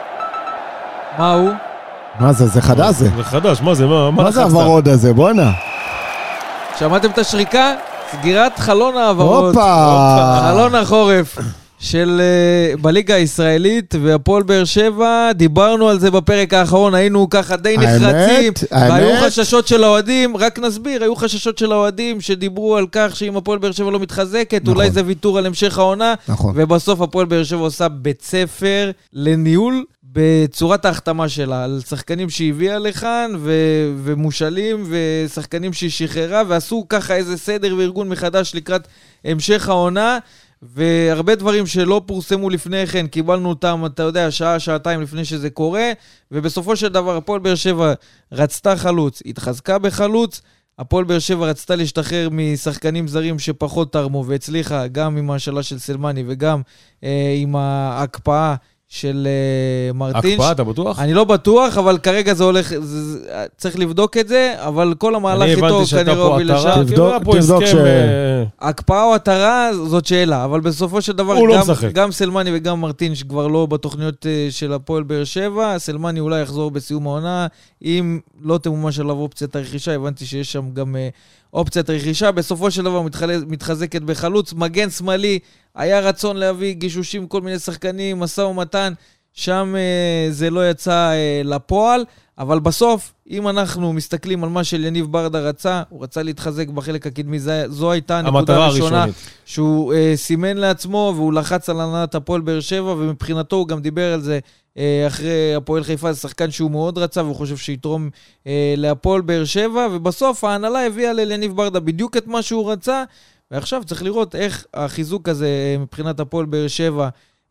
מה הוא? מה זה? זה חדש זה? זה חדש, מה זה? מה זה הוורוד הזה? בוא נע. שמעתם את השריקה? סגירת חלון העברות. חלון החורף. של בליגה הישראלית והפועל באר שבע, דיברנו על זה בפרק האחרון, היינו ככה די נחרצים, והיו חששות של האוהדים, רק נסביר, היו חששות של האוהדים שדיברו על כך שאם הפועל באר שבע לא מתחזקת, אולי זה ויתור על המשך העונה, ובסוף הפועל באר שבע עושה בית ספר לניהול בצורת ההחתמה שלה, על שחקנים שהביאה לכאן, ומושלים, ושחקנים שהיא שחררה, ועשו ככה איזה סדר וארגון מחדש לקראת המשך העונה, והרבה דברים שלא פורסמו לפני כן, קיבלנו אותם, אתה יודע, שעה, שעתיים לפני שזה קורה, ובסופו של דבר, הפועל באר שבע רצתה חלוץ, התחזקה בחלוץ, הפועל באר שבע רצתה להשתחרר משחקנים זרים שפחות תרמו, והצליחה גם עם השאלה של סלמני, וגם עם ההקפאה של מרטינש. הקפאה, אתה בטוח? אני לא בטוח, אבל כרגע זה הולך, צריך לבדוק את זה, אבל כל המהלך איתו כנראה הוביל לשם. תבדוק הקפאה או התרה, זאת שאלה, אבל בסופו של דבר גם סלמני וגם מרטינש כבר לא בתוכניות של הפועל באר שבע, סלמני אולי יחזור בסיום העונה, אם לא תמומש עליו אופציית הרכישה, הבנתי שיש שם גם אופציית הרכישה, בסופו של דבר מתחזקת בחלוץ, מגן שמאלי, היה רצון להביא גישושים כל מיני שחקנים, משא ומתן, שם זה לא יצא לפועל, אבל בסוף, אם אנחנו מסתכלים על מה של יניב ברדה רצה, הוא רצה להתחזק בחלק הקדמי, זו הייתה הנקודה הראשונה שהוא סימן לעצמו, והוא לחץ על הנהלת הפועל באר שבע, ומבחינתו הוא גם דיבר על זה אחרי הפועל חיפה, זה שחקן שהוא מאוד רצה, והוא חושב שיתרום להפועל באר שבע, ובסוף ההנהלה הביאה ליניב ברדה בדיוק את מה שהוא רצה, ועכשיו צריך לראות איך החיזוק הזה מבחינת הפועל באר שבע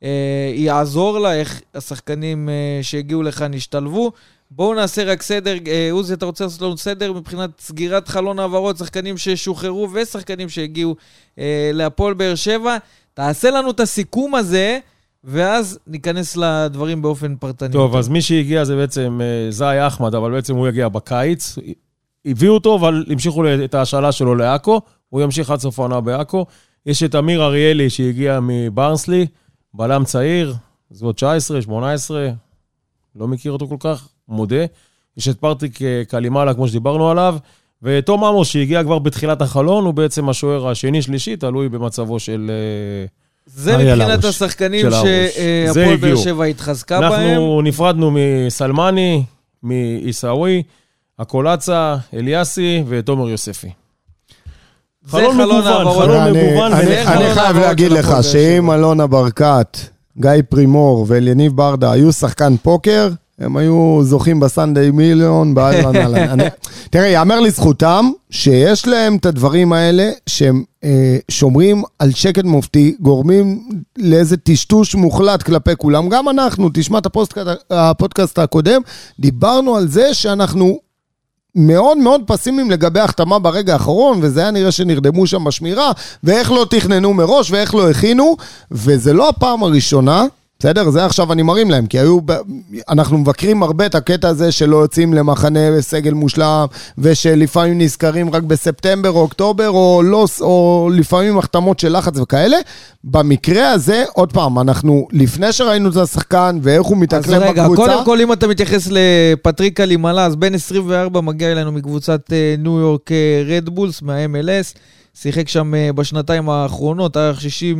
יעזור לה, איך השחקנים שהגיעו לכאן ישתלבו. בואו נעשה רק סדר. עוזי, אתה רוצה לעשות לנו סדר מבחינת סגירת חלון העברות, שחקנים ששוחררו ושחקנים שהגיעו להפועל באר שבע. תעשה לנו את הסיכום הזה, ואז ניכנס לדברים באופן פרטני. טוב, אז מי שהגיע זה בעצם זאי אחמד, אבל בעצם הוא יגיע בקיץ. הביאו אותו, אבל המשיכו את ההשאלה שלו לאקו. הוא ימשיך עד סוף העונה באקו. יש את אמיר אריאלי שהגיע מברנסלי, בלם צעיר, זאת 19, 18, לא מכיר אותו כל כך, מודה. יש את פרטיק קלימאלה, כמו שדיברנו עליו, ותום עמוס שהגיע כבר בתחילת החלון, הוא בעצם השוער השני-שלישי, תלוי במצבו של זה מבחינת השחקנים שהפועל באר שבע התחזקה בהם. אנחנו נפרדנו מסלמני, מאיסאווי, הקולצה, אליאסי ותומר יוספי. חלון מגוון. אני חייב להגיד לך שאם אלונה ברקת, גיא פרימור ואליניב ברדה היו שחקן פוקר, הם היו זוכים בסנדיי מיליון באלן אלן. תראה, יאמר לזכותם שיש להם את הדברים האלה שהם שומרים על שקט מופתי, גורמים לאיזה טשטוש מוחלט כלפי כולם. גם אנחנו, תשמע את הפודקאסט הקודם, דיברנו על זה שאנחנו מאוד מאוד פסימיים לגבי החתמה ברגע האחרון, וזה היה נראה שנרדמו שם בשמירה, ואיך לא תכננו מראש, ואיך לא הכינו, וזה לא הפעם הראשונה, בסדר? זה עכשיו אני מרים להם, כי אנחנו מבקרים הרבה את הקטע הזה שלא יוצאים למחנה בסגל מושלם, ושלפעמים נזכרים רק בספטמבר או אוקטובר, או לפעמים החתמות של לחץ וכאלה. במקרה הזה, עוד פעם, אנחנו לפני שראינו את השחקן, ואיך הוא מתאקלם בקבוצה. אז רגע, קודם כל אם אתה מתייחס לפטריק קלימאלה, אז בין 24 מגיע אלינו מקבוצת ניו יורק רדבולס, מה-MLS, שיחק שם בשנתיים האחרונות, היה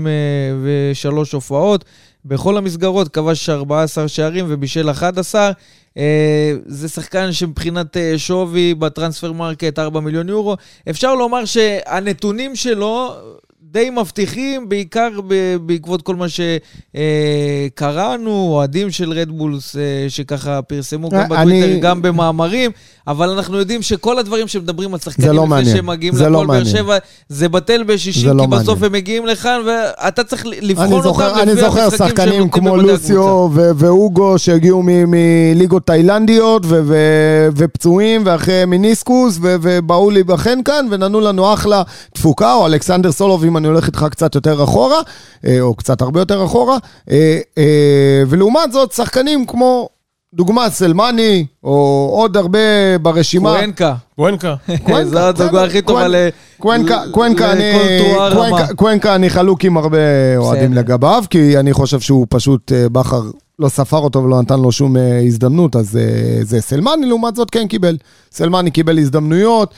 63 הופעות, בכל המסגרות כבש 14 שערים ובישל 11. זה שחקן שמבחינת שווי בטרנספר מרקט 4 מיליון יורו. אפשר לומר שהנתונים שלו די מבטיחים, בעיקר בעקבות כל מה שקראנו, אוהדים של רדבולס שככה פרסמו גם בטוויטר, גם במאמרים, אבל אנחנו יודעים שכל הדברים שמדברים על שחקנים לפני שמגיעים לפועל באר שבע, זה בטל ב-60, כי בסוף הם מגיעים לכאן, ואתה צריך לבחון אותם. אני זוכר שחקנים כמו לוסיו ואוגו, שהגיעו מליגות תאילנדיות, ופצועים, ואחרי מיניסקוס, ובאו להיבחן כאן, וננו לנו אחלה תפוקה, או אלכסנדר סולוב, אם אני הולך איתך קצת יותר אחורה, או קצת הרבה יותר אחורה, ולעומת זאת, שחקנים כמו דוגמה סלמני, או עוד הרבה ברשימה. קוונקה. זו הדוגמה הכי טובה קוונקה אני חלוק עם הרבה אוהדים לגביו, כי אני חושב שהוא פשוט בחר לא ספר אותו ולא נתן לו שום הזדמנות, אז זה סלמני, לעומת זאת כן קיבל. סלמני קיבל הזדמנויות,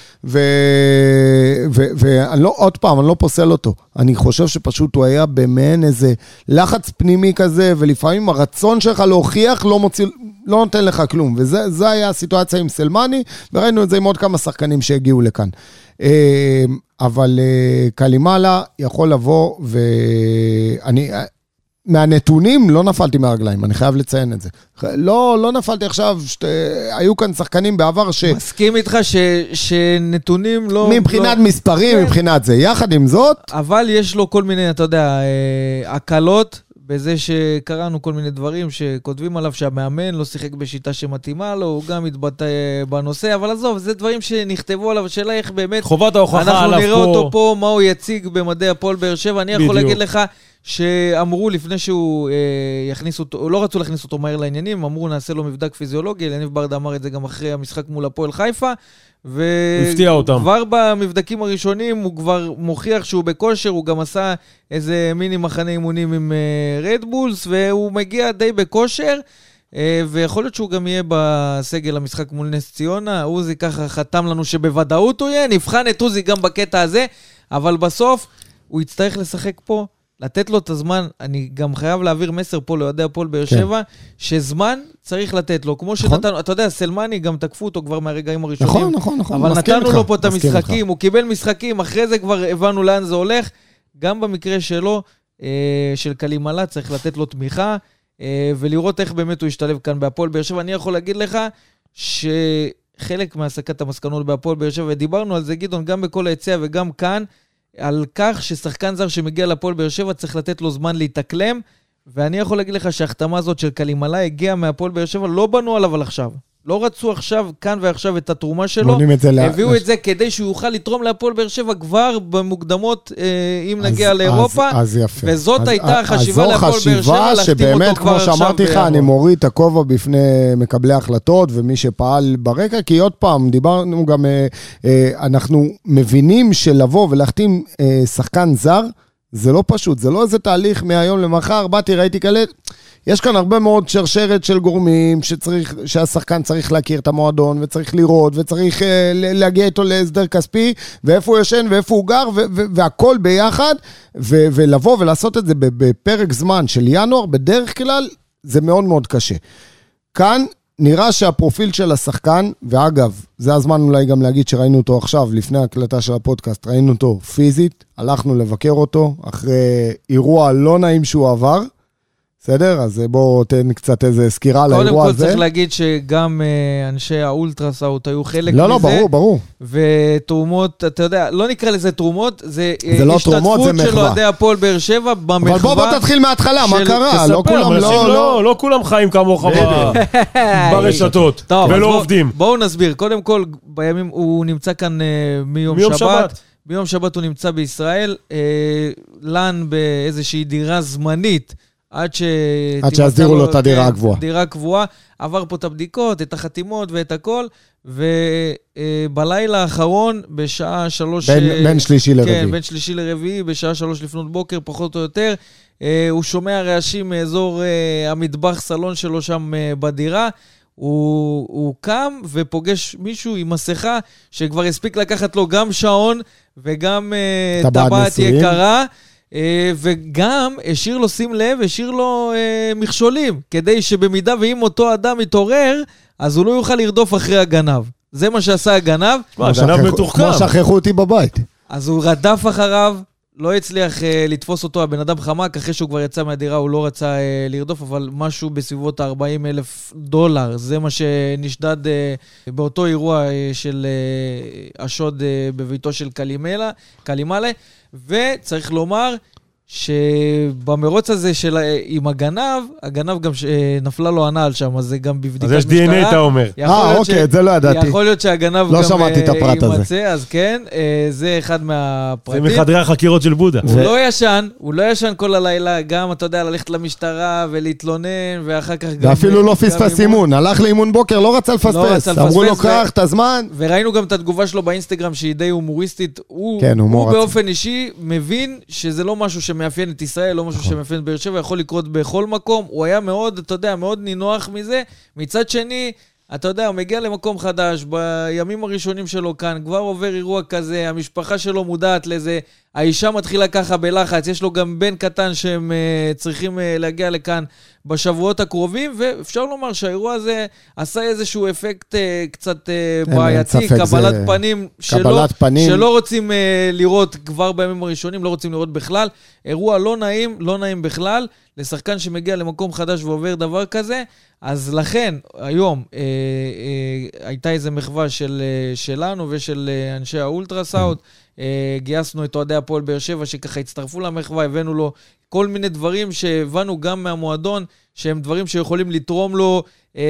עוד פעם, אני לא פוסל אותו. אני חושב שפשוט הוא היה במעין איזה לחץ פנימי כזה, ולפעמים הרצון שלך להוכיח לא נותן לך כלום, וזה היה הסיטואציה עם סלמני, וראינו את זה עם עוד כמה שחקנים שהגיעו לכאן. אבל קלימאלה יכול לבוא, ואני מהנתונים לא נפלתי מהרגליים, אני חייב לציין את זה. לא נפלתי עכשיו, היו כאן שחקנים בעבר מסכים איתך שנתונים לא... מבחינת מספרים, מבחינת זה. יחד עם זאת... אבל יש לו כל מיני, אתה יודע, הקלות, בזה שקראנו כל מיני דברים שכותבים עליו שהמאמן לא שיחק בשיטה שמתאימה לו, הוא גם התבטא בנושא, אבל עזוב, זה דברים שנכתבו עליו, השאלה איך באמת... חובת ההוכחה עליו פה... אנחנו נראה אותו פה, מה הוא יציג במדעי הפועל באר שבע. אני יכול להגיד לך שאמרו לפני שהוא יכניס אותו, לא רצו להכניס אותו מהר לעניינים, אמרו נעשה לו מבדק פיזיולוגי, יניב ברדה אמר את זה גם אחרי המשחק מול הפועל חיפה, הפתיע אותם. וכבר במבדקים הראשונים הוא כבר מוכיח שהוא בכושר, הוא גם עשה איזה מיני מחנה אימונים עם רדבולס, והוא מגיע די בכושר, ויכול להיות שהוא גם יהיה בסגל המשחק מול נס ציונה. עוזי ככה חתם לנו שבוודאות הוא יהיה, נבחן את עוזי גם בקטע הזה, אבל בסוף הוא יצטרך לשחק פה, לתת לו את הזמן. אני גם חייב להעביר מסר פה ליועדי הפועל באר שבע, שזמן צריך לתת לו, כמו שנתנו, אתה יודע, סלמני גם תקפו אותו כבר מהרגעים הראשונים, נכון, אבל נתנו לו פה את המשחקים, הוא קיבל משחקים, אחרי זה כבר הבנו לאן זה הולך, גם במקרה שלו, של קלימלה, צריך לתת לו תמיכה, ולראות איך באמת הוא ישתלב כאן בהפועל באר שבע. אני יכול להגיד לך שחלק מהסקת המסקנות בהפועל באר שבע, ודיברנו על זה גדעון גם בכל היציאה וגם כאן, על כך ששחקן זר שמגיע להפועל באר שבע צריך לתת לו זמן להתאקלם, ואני יכול להגיד לך שההחתמה הזאת של קלימלה הגיעה מהפועל באר שבע, לא בנו עליו על עכשיו. לא רצו עכשיו, כאן ועכשיו את התרומה שלו, הביאו את זה כדי שהוא יוכל לתרום להפועל באר שבע כבר במוקדמות, אם נגיע לאירופה, וזאת הייתה החשיבה להפועל באר שבע, להחתים אותו כבר עכשיו. כמו שאמרתי לך, אני מוריד את הכובע בפני מקבלי החלטות, ומי שפעל ברקע, כי עוד פעם, דיברנו גם, אנחנו מבינים שלבוא ולהחתים שחקן זר, זה לא פשוט, זה לא איזה תהליך מהיום למחר, באתי, ראיתי כאלה, יש כאן הרבה מאוד שרשרת של גורמים שהשחקן צריך להכיר את המועדון וצריך לראות וצריך להגיע איתו להסדר כספי ואיפה הוא ישן ואיפה הוא גר והכל ביחד ולבוא ולעשות את זה בפרק זמן של ינואר, בדרך כלל זה מאוד מאוד קשה. כאן נראה שהפרופיל של השחקן, ואגב, זה הזמן אולי גם להגיד שראינו אותו עכשיו, לפני ההקלטה של הפודקאסט, ראינו אותו פיזית, הלכנו לבקר אותו אחרי אירוע לא נעים שהוא עבר, בסדר? אז בואו תן קצת איזה סקירה לאירוע הזה. קודם כל צריך להגיד שגם אנשי האולטרסאוט היו חלק מזה. לא, ברור. ותרומות, אתה יודע, לא נקרא לזה תרומות, זה לא תרומות, זה מחווה. של אוהדי הפועל באר שבע במחווה. אבל בוא תתחיל מההתחלה, מה קרה? לא כולם חיים כמוך ברשתות, ולא עובדים. בואו נסביר. קודם כל, בימים הוא נמצא כאן מיום שבת. ביום שבת הוא נמצא בישראל, לן באיזושהי דירה זמנית, עד שיסדירו לו את הדירה הקבועה. דירה קבועה, עבר פה את הבדיקות, את החתימות ואת הכל, ובלילה האחרון, בשעה 3... בין שלישי לרביעי. כן, בין שלישי לרביעי, בשעה 3 לפנות בוקר, פחות או יותר, הוא שומע רעשים מאזור המטבח סלון שלו שם בדירה, הוא קם ופוגש מישהו עם מסכה, שכבר הספיק לקחת לו גם שעון, וגם טבעת יקרה, וגם השאיר לו, שים לב, השאיר לו מכשולים, כדי שבמידה ואם אותו אדם מתעורר, אז הוא לא יוכל לרדוף אחרי הגנב. זה מה שעשה הגנב. הגנב מתוחכם. כמו שכחו אותי בבית. אז הוא רדף אחריו, לא הצליח לתפוס אותו, הבן אדם חמק, אחרי שהוא כבר יצא מהדירה, הוא לא רצה לרדוף, אבל משהו בסביבות $40,000, זה מה שנשדד באותו אירוע של השוד בביתו של קלימלה, וצריך לומר שבמרוץ הזה עם הגנב גם נפלה לו הנעל שם, אז זה גם בבדיקת משטרה. אז יש DNA, אתה אומר. אוקיי, את זה לא ידעתי. יכול להיות שהגנב לא שמעתי את הפרט הזה. יימצא, אז כן, זה אחד מהפרטים. זה מחדרי החקירות של בודה. הוא לא ישן כל הלילה, גם, אתה יודע, ללכת למשטרה ולהתלונן, ואחר כך גם... ואפילו לא פספס אימון, הלך לאימון בוקר, לא רצה לפספס. אמרו לו, קח את הזמן. וראינו גם את התגובה שלו באינסטגרם, שהיא די הומוריסטית. הוא באופן אישי מבין שזה לא משהו שמאפיין את ישראל, לא משהו שמאפיין את באר שבע, יכול לקרות בכל מקום. הוא היה מאוד, אתה יודע, מאוד נינוח מזה. מצד שני, אתה יודע, הוא מגיע למקום חדש, בימים הראשונים שלו כאן, כבר עובר אירוע כזה, המשפחה שלו מודעת לזה, האישה מתחילה ככה בלחץ, יש לו גם בן קטן שהם צריכים להגיע לכאן בשבועות הקרובים, ואפשר לומר שהאירוע הזה עשה איזשהו אפקט קצת בעייתי, קבלת פנים שלא רוצים לראות כבר בימים הראשונים, לא רוצים לראות בכלל, אירוע לא נעים בכלל, לשחקן שמגיע למקום חדש ועובר דבר כזה, אז לכן היום הייתה איזו מחווה שלנו ושל אנשי האולטרסאוט, גייסנו את אוהדי הפועל באר שבע, שככה הצטרפו למחווה, הבאנו לו כל מיני דברים שהבנו גם מהמועדון, שהם דברים שיכולים לתרום לו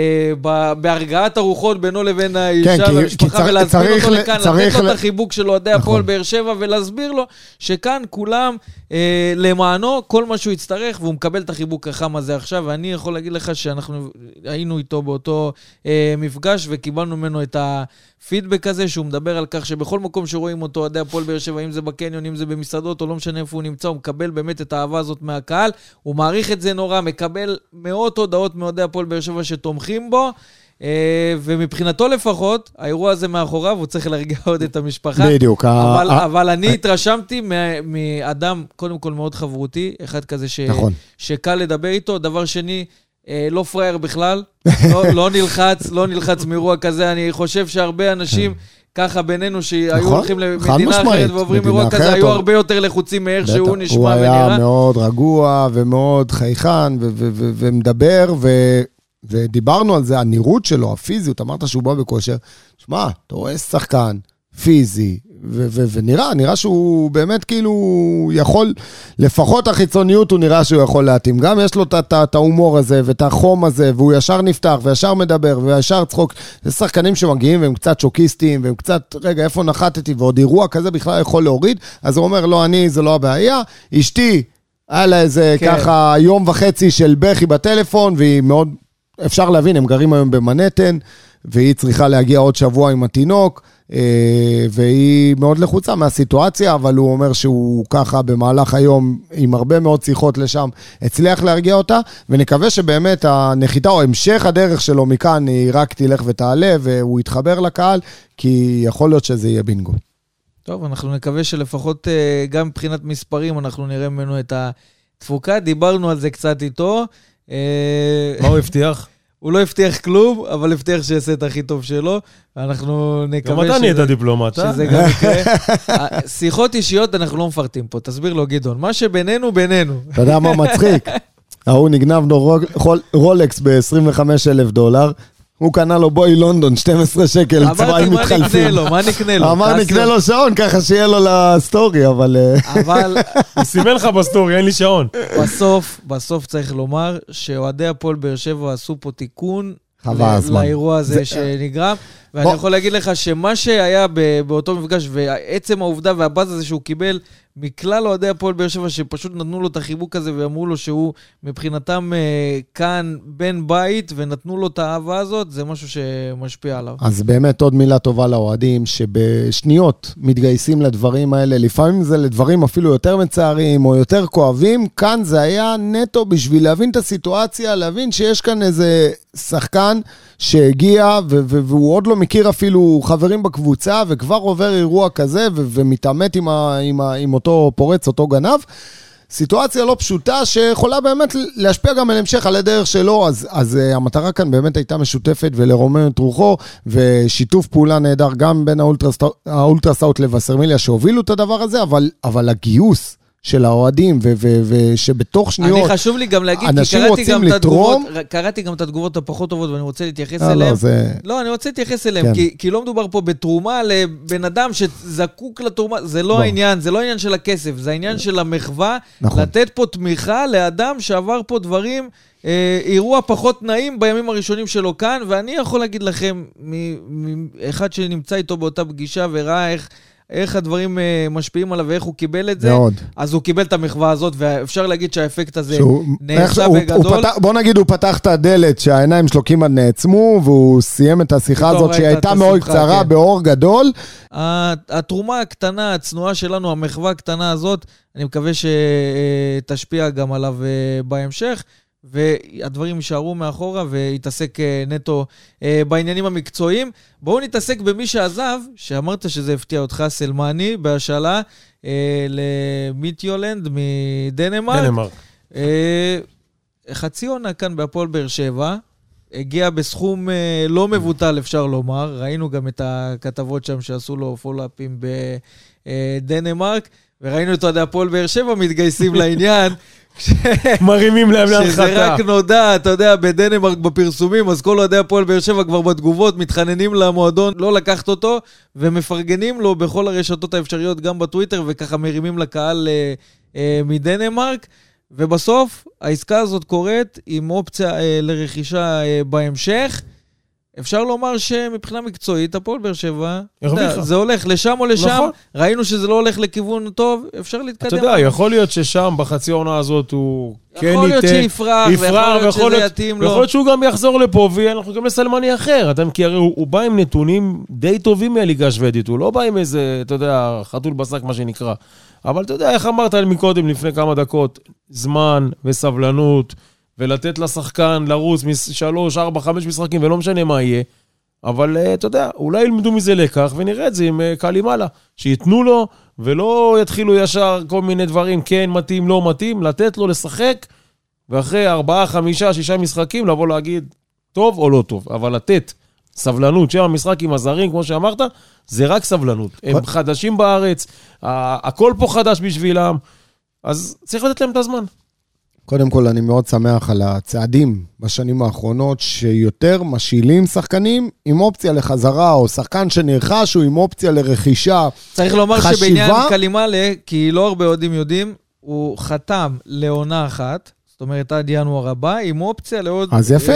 בהרגעת הרוחות בינו לבין האישה והמשפחה, ולהסביר אותו לכאן, לתת לו את החיבוק של אוהדי הפועל באר שבע, ולהסביר לו שכאן כולם למענו, כל מה שהוא יצטרך, והוא מקבל את החיבוק החם הזה עכשיו, ואני יכול להגיד לך שאנחנו היינו איתו באותו מפגש, וקיבלנו ממנו את הפידבק הזה, שהוא מדבר על כך שבכל מקום שרואים אותו אוהדי הפועל באר שבע, אם זה בקניון, אם זה במסעדות, או לא משנה איפה הוא נמצא, הוא מקבל באמת את האהבה הזאת מהקהל, הוא מעריך את זה נורא, מקבל מאות הודעות מאוהדי הפועל באר שבע שתומכים בו, ומבחינתו לפחות, האירוע הזה מאחוריו, הוא צריך להרגיע עוד את המשפחה. בדיוק. אבל אני התרשמתי מאדם, קודם כל מאוד חברותי, אחד כזה שקל לדבר איתו, דבר שני, לא פרייר בכלל, לא נלחץ מאירוע כזה, אני חושב שהרבה אנשים ככה בינינו שהיו הולכים למדינה אחרת ועוברים אירוע כזה, היו הרבה יותר לחוצים מאיך שהוא נשמע ונראה. הוא היה מאוד רגוע ומאוד חייכן ומדבר, ודיברנו על זה, הנראות שלו, הפיזיות, אמרת שהוא בא בכושר, שמע, אתה רואה שחקן פיזי, ונראה שהוא באמת כאילו יכול, לפחות החיצוניות הוא נראה שהוא יכול להתאים, גם יש לו את ההומור הזה ואת החום הזה, והוא ישר נפתח וישר מדבר וישר צחוק, זה שחקנים שמגיעים והם קצת שוקיסטים, והם קצת, רגע, איפה נחתתי, ועוד אירוע כזה בכלל יכול להוריד, אז הוא אומר, לא, זה לא הבעיה, אשתי, היה לה איזה ככה יום וחצי של בכי בטלפון, והיא מאוד, אפשר להבין, הם גרים היום במנהטן, והיא צריכה להגיע עוד שבוע עם התינוק, והיא מאוד לחוצה מהסיטואציה, אבל הוא אומר שהוא ככה במהלך היום, עם הרבה מאוד שיחות לשם, הצליח להרגיע אותה, ונקווה שבאמת הנחיתה או המשך הדרך שלו מכאן, היא רק תלך ותעלה, והוא יתחבר לקהל, כי יכול להיות שזה יהיה בינגו. טוב, אנחנו נקווה שלפחות גם מבחינת מספרים, אנחנו נראה ממנו את התפוקה, דיברנו על זה קצת איתו. מה הוא הבטיח? הוא לא הבטיח כלום, אבל הבטיח שיעשה את הכי טוב שלו, ואנחנו נקווה גם אתה נהיית דיפלומט, שזה גם יקרה. שיחות אישיות אנחנו לא מפרטים פה, תסביר לו גדעון, מה שבינינו, בינינו. אתה יודע מה מצחיק? הוא נגנב לו רולקס ב$25,000, הוא קנה לו בוי לונדון, 12 שקל, צבעים מתחלפים. מה נקנה לו? אמר נקנה לו שעון, ככה שיהיה לו לסטורי, אבל... הוא סימן לך בסטורי, אין לי שעון. בסוף צריך לומר שאוהדי הפועל באר שבע עשו פה תיקון לאירוע הזה שנגרם, ואני יכול להגיד לך שמה שהיה באותו מפגש, ועצם העובדה והבאז הזה שהוא קיבל מכלל אוהדי הפועל באר שבע, שפשוט נתנו לו את החיבוק הזה, ואמרו לו שהוא מבחינתם כאן בן בית, ונתנו לו את האהבה הזאת, זה משהו שמשפיע עליו. אז באמת עוד מילה טובה לאוהדים, שבשניות מתגייסים לדברים האלה, לפעמים זה לדברים אפילו יותר מצערים, או יותר כואבים, כאן זה היה נטו בשביל להבין את הסיטואציה, להבין שיש כאן איזה שחקן שהגיע, והוא עוד לא מכיר אפילו חברים בקבוצה, וכבר עובר אירוע כזה, ומתאמת עם אותו פורץ, אותו גנב. סיטואציה לא פשוטה, שיכולה באמת להשפיע גם על המשך, על הדרך שלו, אז המטרה כאן באמת הייתה משותפת, ולרומם את רוחו, ושיתוף פעולה נהדר, גם בין האולטרסאוט לווסרמיליה, שהובילו את הדבר הזה, אבל הגיוס של האוהדים, ושבתוך שניות, אני חשוב לי גם להגיד, אנשים רוצים לתרום. קראתי גם את התגובות הפחות טובות, ואני רוצה להתייחס אליהם. לא, אני רוצה להתייחס אליהם, כי לא מדובר פה בתרומה לבן אדם שזקוק לתרומה, זה לא העניין, זה לא העניין של הכסף, זה העניין של המחווה, לתת פה תמיכה לאדם שעבר פה דברים, אירוע פחות נעים בימים הראשונים שלו כאן, ואני יכול להגיד לכם, אחד שנמצא איתו באותה פגישה, וראה איך הדברים משפיעים עליו ואיך הוא קיבל את זה, מאוד. אז הוא קיבל את המחווה הזאת, ואפשר להגיד שהאפקט הזה נעשה בגדול. בוא נגיד, הוא פתח את הדלת שהעיניים שלו כמעט נעצמו, והוא סיים את השיחה הזאת שהיא הייתה מאוד קצרה, באור גדול. התרומה הקטנה, הצנועה שלנו, המחווה הקטנה הזאת, אני מקווה שתשפיע גם עליו בהמשך, והדברים יישארו מאחורה ויתעסק נטו בעניינים המקצועיים. בואו נתעסק במי שעזב, שאמרת שזה הפתיע אותך, סלמני, בהשאלה למיטיולנד מדנמרק. חצי עונה כאן בהפועל באר שבע, הגיע בסכום לא מבוטל, אפשר לומר. ראינו גם את הכתבות שם שעשו לו פולאפים בדנמרק, וראינו את אוהדי הפועל באר שבע מתגייסים לעניין, מרימים להם להנחתה. שזה רק נודע, אתה יודע, בדנמרק בפרסומים, אז כל אוהדי הפועל באר שבע כבר בתגובות, מתחננים למועדון לא לקחת אותו, ומפרגנים לו בכל הרשתות האפשריות, גם בטוויטר, וככה מרימים לקהל מדנמרק, ובסוף העסקה הזאת קורית עם אופציה לרכישה בהמשך. אפשר לומר שמבחינה מקצועית, הפועל באר שבע, זה הולך לשם או לשם, נכון. ראינו שזה לא הולך לכיוון טוב, אפשר להתקדם. אתה יודע, יכול להיות ששם, בחצי העונה הזאת, הוא כן ייתן, יכול להיות שיפרח, ויכול להיות שזה יתאים לו. יכול להיות שהוא גם יחזור לפה, ואנחנו גם לסלמני אחר, כי הרי הוא בא עם נתונים די טובים מהליגה השוודית, הוא לא בא עם איזה, אתה יודע, חתול בשק, מה שנקרא. אבל אתה יודע, איך אמרת מקודם, לפני כמה דקות, זמן וסבלנות, ולתת לשחקן לרוץ מ3, 4, 5 משחקים, ולא משנה מה יהיה. אבל אתה יודע, אולי ילמדו מזה לקח, ונראה את זה עם קלימאלה, שיתנו לו, ולא יתחילו ישר כל מיני דברים, כן מתאים, לא מתאים, לתת לו לשחק, ואחרי 4, 5, 6 משחקים, לבוא להגיד, טוב או לא טוב. אבל לתת סבלנות, שם המשחק עם הזרים, כמו שאמרת, זה רק סבלנות. הם חדשים בארץ, הכל פה חדש בשבילם, אז צריך לתת להם את הזמן. קודם כל, אני מאוד שמח על הצעדים בשנים האחרונות, שיותר משילים שחקנים עם אופציה לחזרה, או שחקן שנרכש, הוא עם אופציה לרכישה. צריך לומר שבעניין קלימאלה, כי לא הרבה יודעים, הוא חתם לעונה אחת, זאת אומרת עד ינואר הבא, עם אופציה לעוד... אז יפה,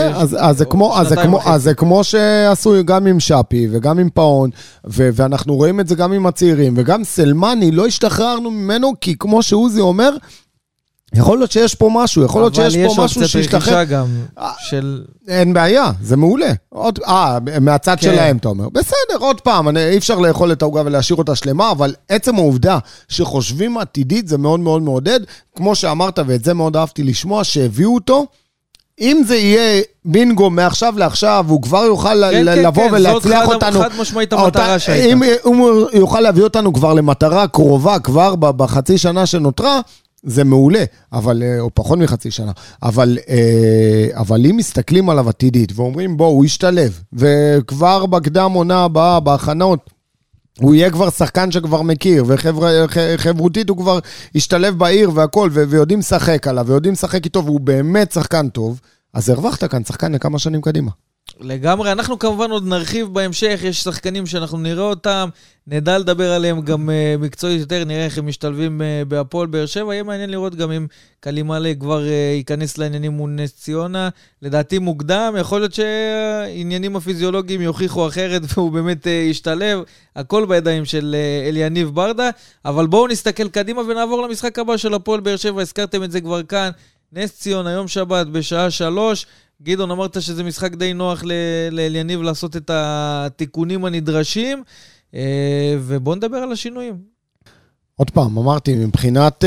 אז זה כמו שעשו גם עם שפי וגם עם פאון, ואנחנו רואים את זה גם עם הצעירים, וגם סלמני, לא השתחררנו ממנו, כי כמו שעוזי אומר, יכול להיות שיש פה משהו, יכול להיות שיש פה משהו שישתחרר. אבל יש עוד קצת רכישה גם של... אין בעיה, זה מעולה. מהצד שלהם, אתה אומר. בסדר, עוד פעם, אי אפשר לאכול את העוגה ולהשאיר אותה שלמה, אבל עצם העובדה שחושבים עתידית, זה מאוד מאוד מעודד. כמו שאמרת, ואת זה מאוד אהבתי לשמוע, שהביאו אותו, אם זה יהיה בינגו מעכשיו לעכשיו, הוא כבר יוכל לבוא ולהצליח אותנו. חד משמעית המטרה שהייתה. אם הוא יוכל להביא אותנו כבר למטרה קרובה, כבר בחצי שנה שנותרה, זה מעולה, אבל, או פחות מחצי שנה, אבל אם מסתכלים עליו עתידית, ואומרים בוא, הוא ישתלב, וכבר בקדם עונה הבאה, בהכנות, הוא יהיה כבר שחקן שכבר מכיר, וחברותית הוא כבר ישתלב בעיר והכל, ויודעים לשחק עליו, ויודעים לשחק איתו, והוא באמת שחקן טוב, אז הרווחת כאן שחקן לכמה שנים קדימה. לגמרי, אנחנו כמובן עוד נרחיב בהמשך, יש שחקנים שאנחנו נראה אותם, נדע לדבר עליהם גם מקצועית יותר, נראה איך הם משתלבים בהפועל באר שבע, יהיה מעניין לראות גם אם קלימאלה כבר ייכנס לעניינים מול נס ציונה, לדעתי מוקדם, יכול להיות שהעניינים הפיזיולוגיים יוכיחו אחרת והוא באמת ישתלב, הכל בידיים של אליניב ברדה, אבל בואו נסתכל קדימה ונעבור למשחק הבא של הפועל באר שבע, הזכרתם את זה כבר כאן, נס ציונה, יום שבת בשעה 3, גדעון, אמרת שזה משחק די נוח לאליניב לעשות את התיקונים הנדרשים, ובואו נדבר על השינויים. עוד פעם, אמרתי, מבחינת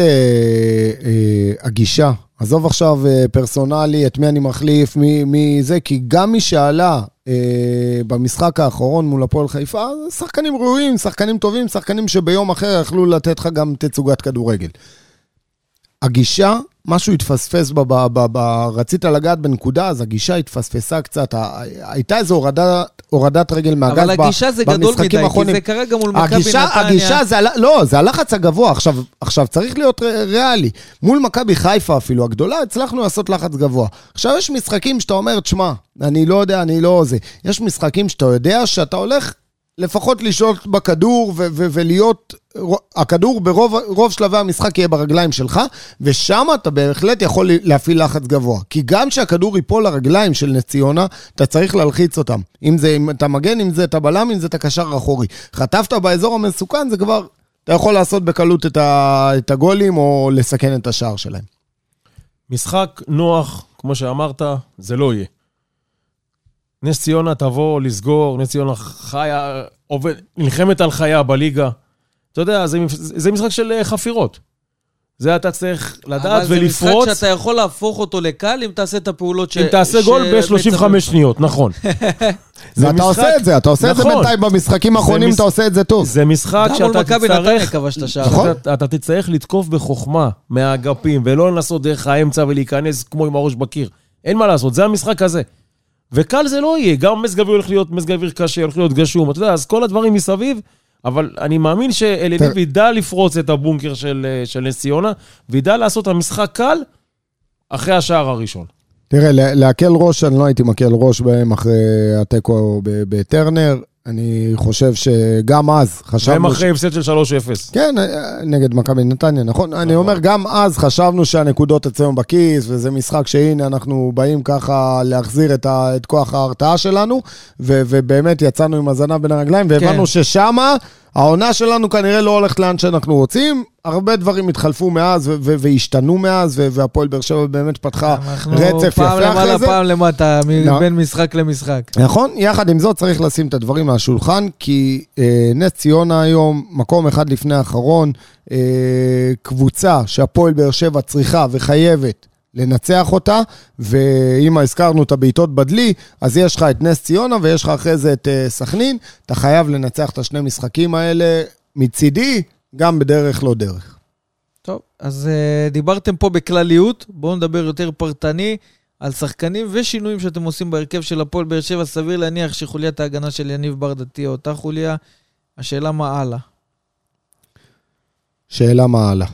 הגישה, עזוב עכשיו פרסונלי, את מי אני מחליף, מי זה, כי גם מי שעלה במשחק האחרון מול הפועל חיפה, שחקנים ראויים, שחקנים טובים, שחקנים שביום אחר יכלו לתת לך גם תצוגת כדורגל. הגישה, משהו התפספס, רצית לגעת בנקודה, אז הגישה התפספסה קצת, הייתה איזו הורדת רגל מהגז במשחקים האחרונים. אבל הגישה זה גדול מדי, כי זה כרגע מול מכבי נתניה. הגישה זה הלחץ הגבוה, עכשיו צריך להיות ריאלי, מול מכבי חיפה אפילו הגדולה, הצלחנו לעשות לחץ גבוה. עכשיו יש משחקים שאתה אומר, תשמע, אני לא יודע, אני לא זה. יש משחקים שאתה יודע שאתה הולך לפחות לשלוט בכדור ולהיות, הכדור ברוב שלבי המשחק יהיה ברגליים שלך, ושם אתה בהחלט יכול להפעיל לחץ גבוה. כי גם שהכדור ייפול לרגליים של נס ציונה, אתה צריך להלחיץ אותם. אם אתה מגן, אם זה אתה בלם, אם זה אתה קשר אחורי. חטפת באזור המסוכן, זה כבר, אתה יכול לעשות בקלות את הגולים, או לסכן את השער שלהם. משחק נוח, כמו שאמרת, זה לא יהיה. נס ציונה תבוא לסגור, נס ציונה חיה, נלחמת על חיה בליגה. אתה יודע, זה משחק של חפירות. זה אתה צריך לדעת ולפרוץ. אבל זה משחק שאתה יכול להפוך אותו לקל, אם תעשה את הפעולות אם תעשה גול ב-35 שניות, נכון. ואתה עושה את זה, אתה עושה את זה בינתיים במשחקים האחרונים, אתה עושה את זה טוב. זה משחק שאתה תצטרך, נכון? אתה תצטרך לתקוף בחוכמה מהאגפים, ולא לנסות דרך האמצע ולהיכנס כמו עם הראש בקיר. אין מה לעשות, זה המשחק הזה. וקל זה לא יהיה, גם מזג אוויר הולך להיות מזג אוויר קשה, הולך להיות גשום, אתה יודע, אז כל הדברים מסביב, אבל אני מאמין שאליניב ידע לפרוץ את הבונקר של נס ציונה, וידע לעשות המשחק קל, אחרי השער הראשון. תראה, להקל ראש, אני לא הייתי מקל ראש בהם אחרי הטקו בטרנר. אני חושב שגם אז חשבנו... והם אחרי הפסד של 3-0. כן, נגד מכבי נתניה, נכון? אני אומר, גם אז חשבנו שהנקודות אצלנו בכיס, וזה משחק שהנה אנחנו באים ככה להחזיר את כוח ההרתעה שלנו, ובאמת יצאנו עם הזנה בין הרגליים, והבנו ששמה העונה שלנו כנראה לא הולכת לאן שאנחנו רוצים, הרבה דברים התחלפו מאז והשתנו מאז, והפועל באר שבע באמת פתחה רצף יפה אחרי זה. פעם למעלה, פעם למטה, בין משחק למשחק. נכון, יחד עם זאת צריך לשים את הדברים מהשולחן, כי נס ציונה היום, מקום אחד לפני האחרון, קבוצה שהפועל באר שבע צריכה וחייבת לנצח אותה, ואם הזכרנו את הבעיטות בדלי, אז יש לך את נס ציונה ויש לך אחרי זה את סכנין, אתה חייב לנצח את השני משחקים האלה מצידי, גם בדרך לא דרך. טוב, אז דיברתם פה בכלליות, בואו נדבר יותר פרטני על שחקנים ושינויים שאתם עושים בהרכב של הפועל באר שבע, סביר להניח שחוליית ההגנה של יניב ברדה תהיה אותה חוליה, השאלה מה הלאה? שאלה מה הלאה?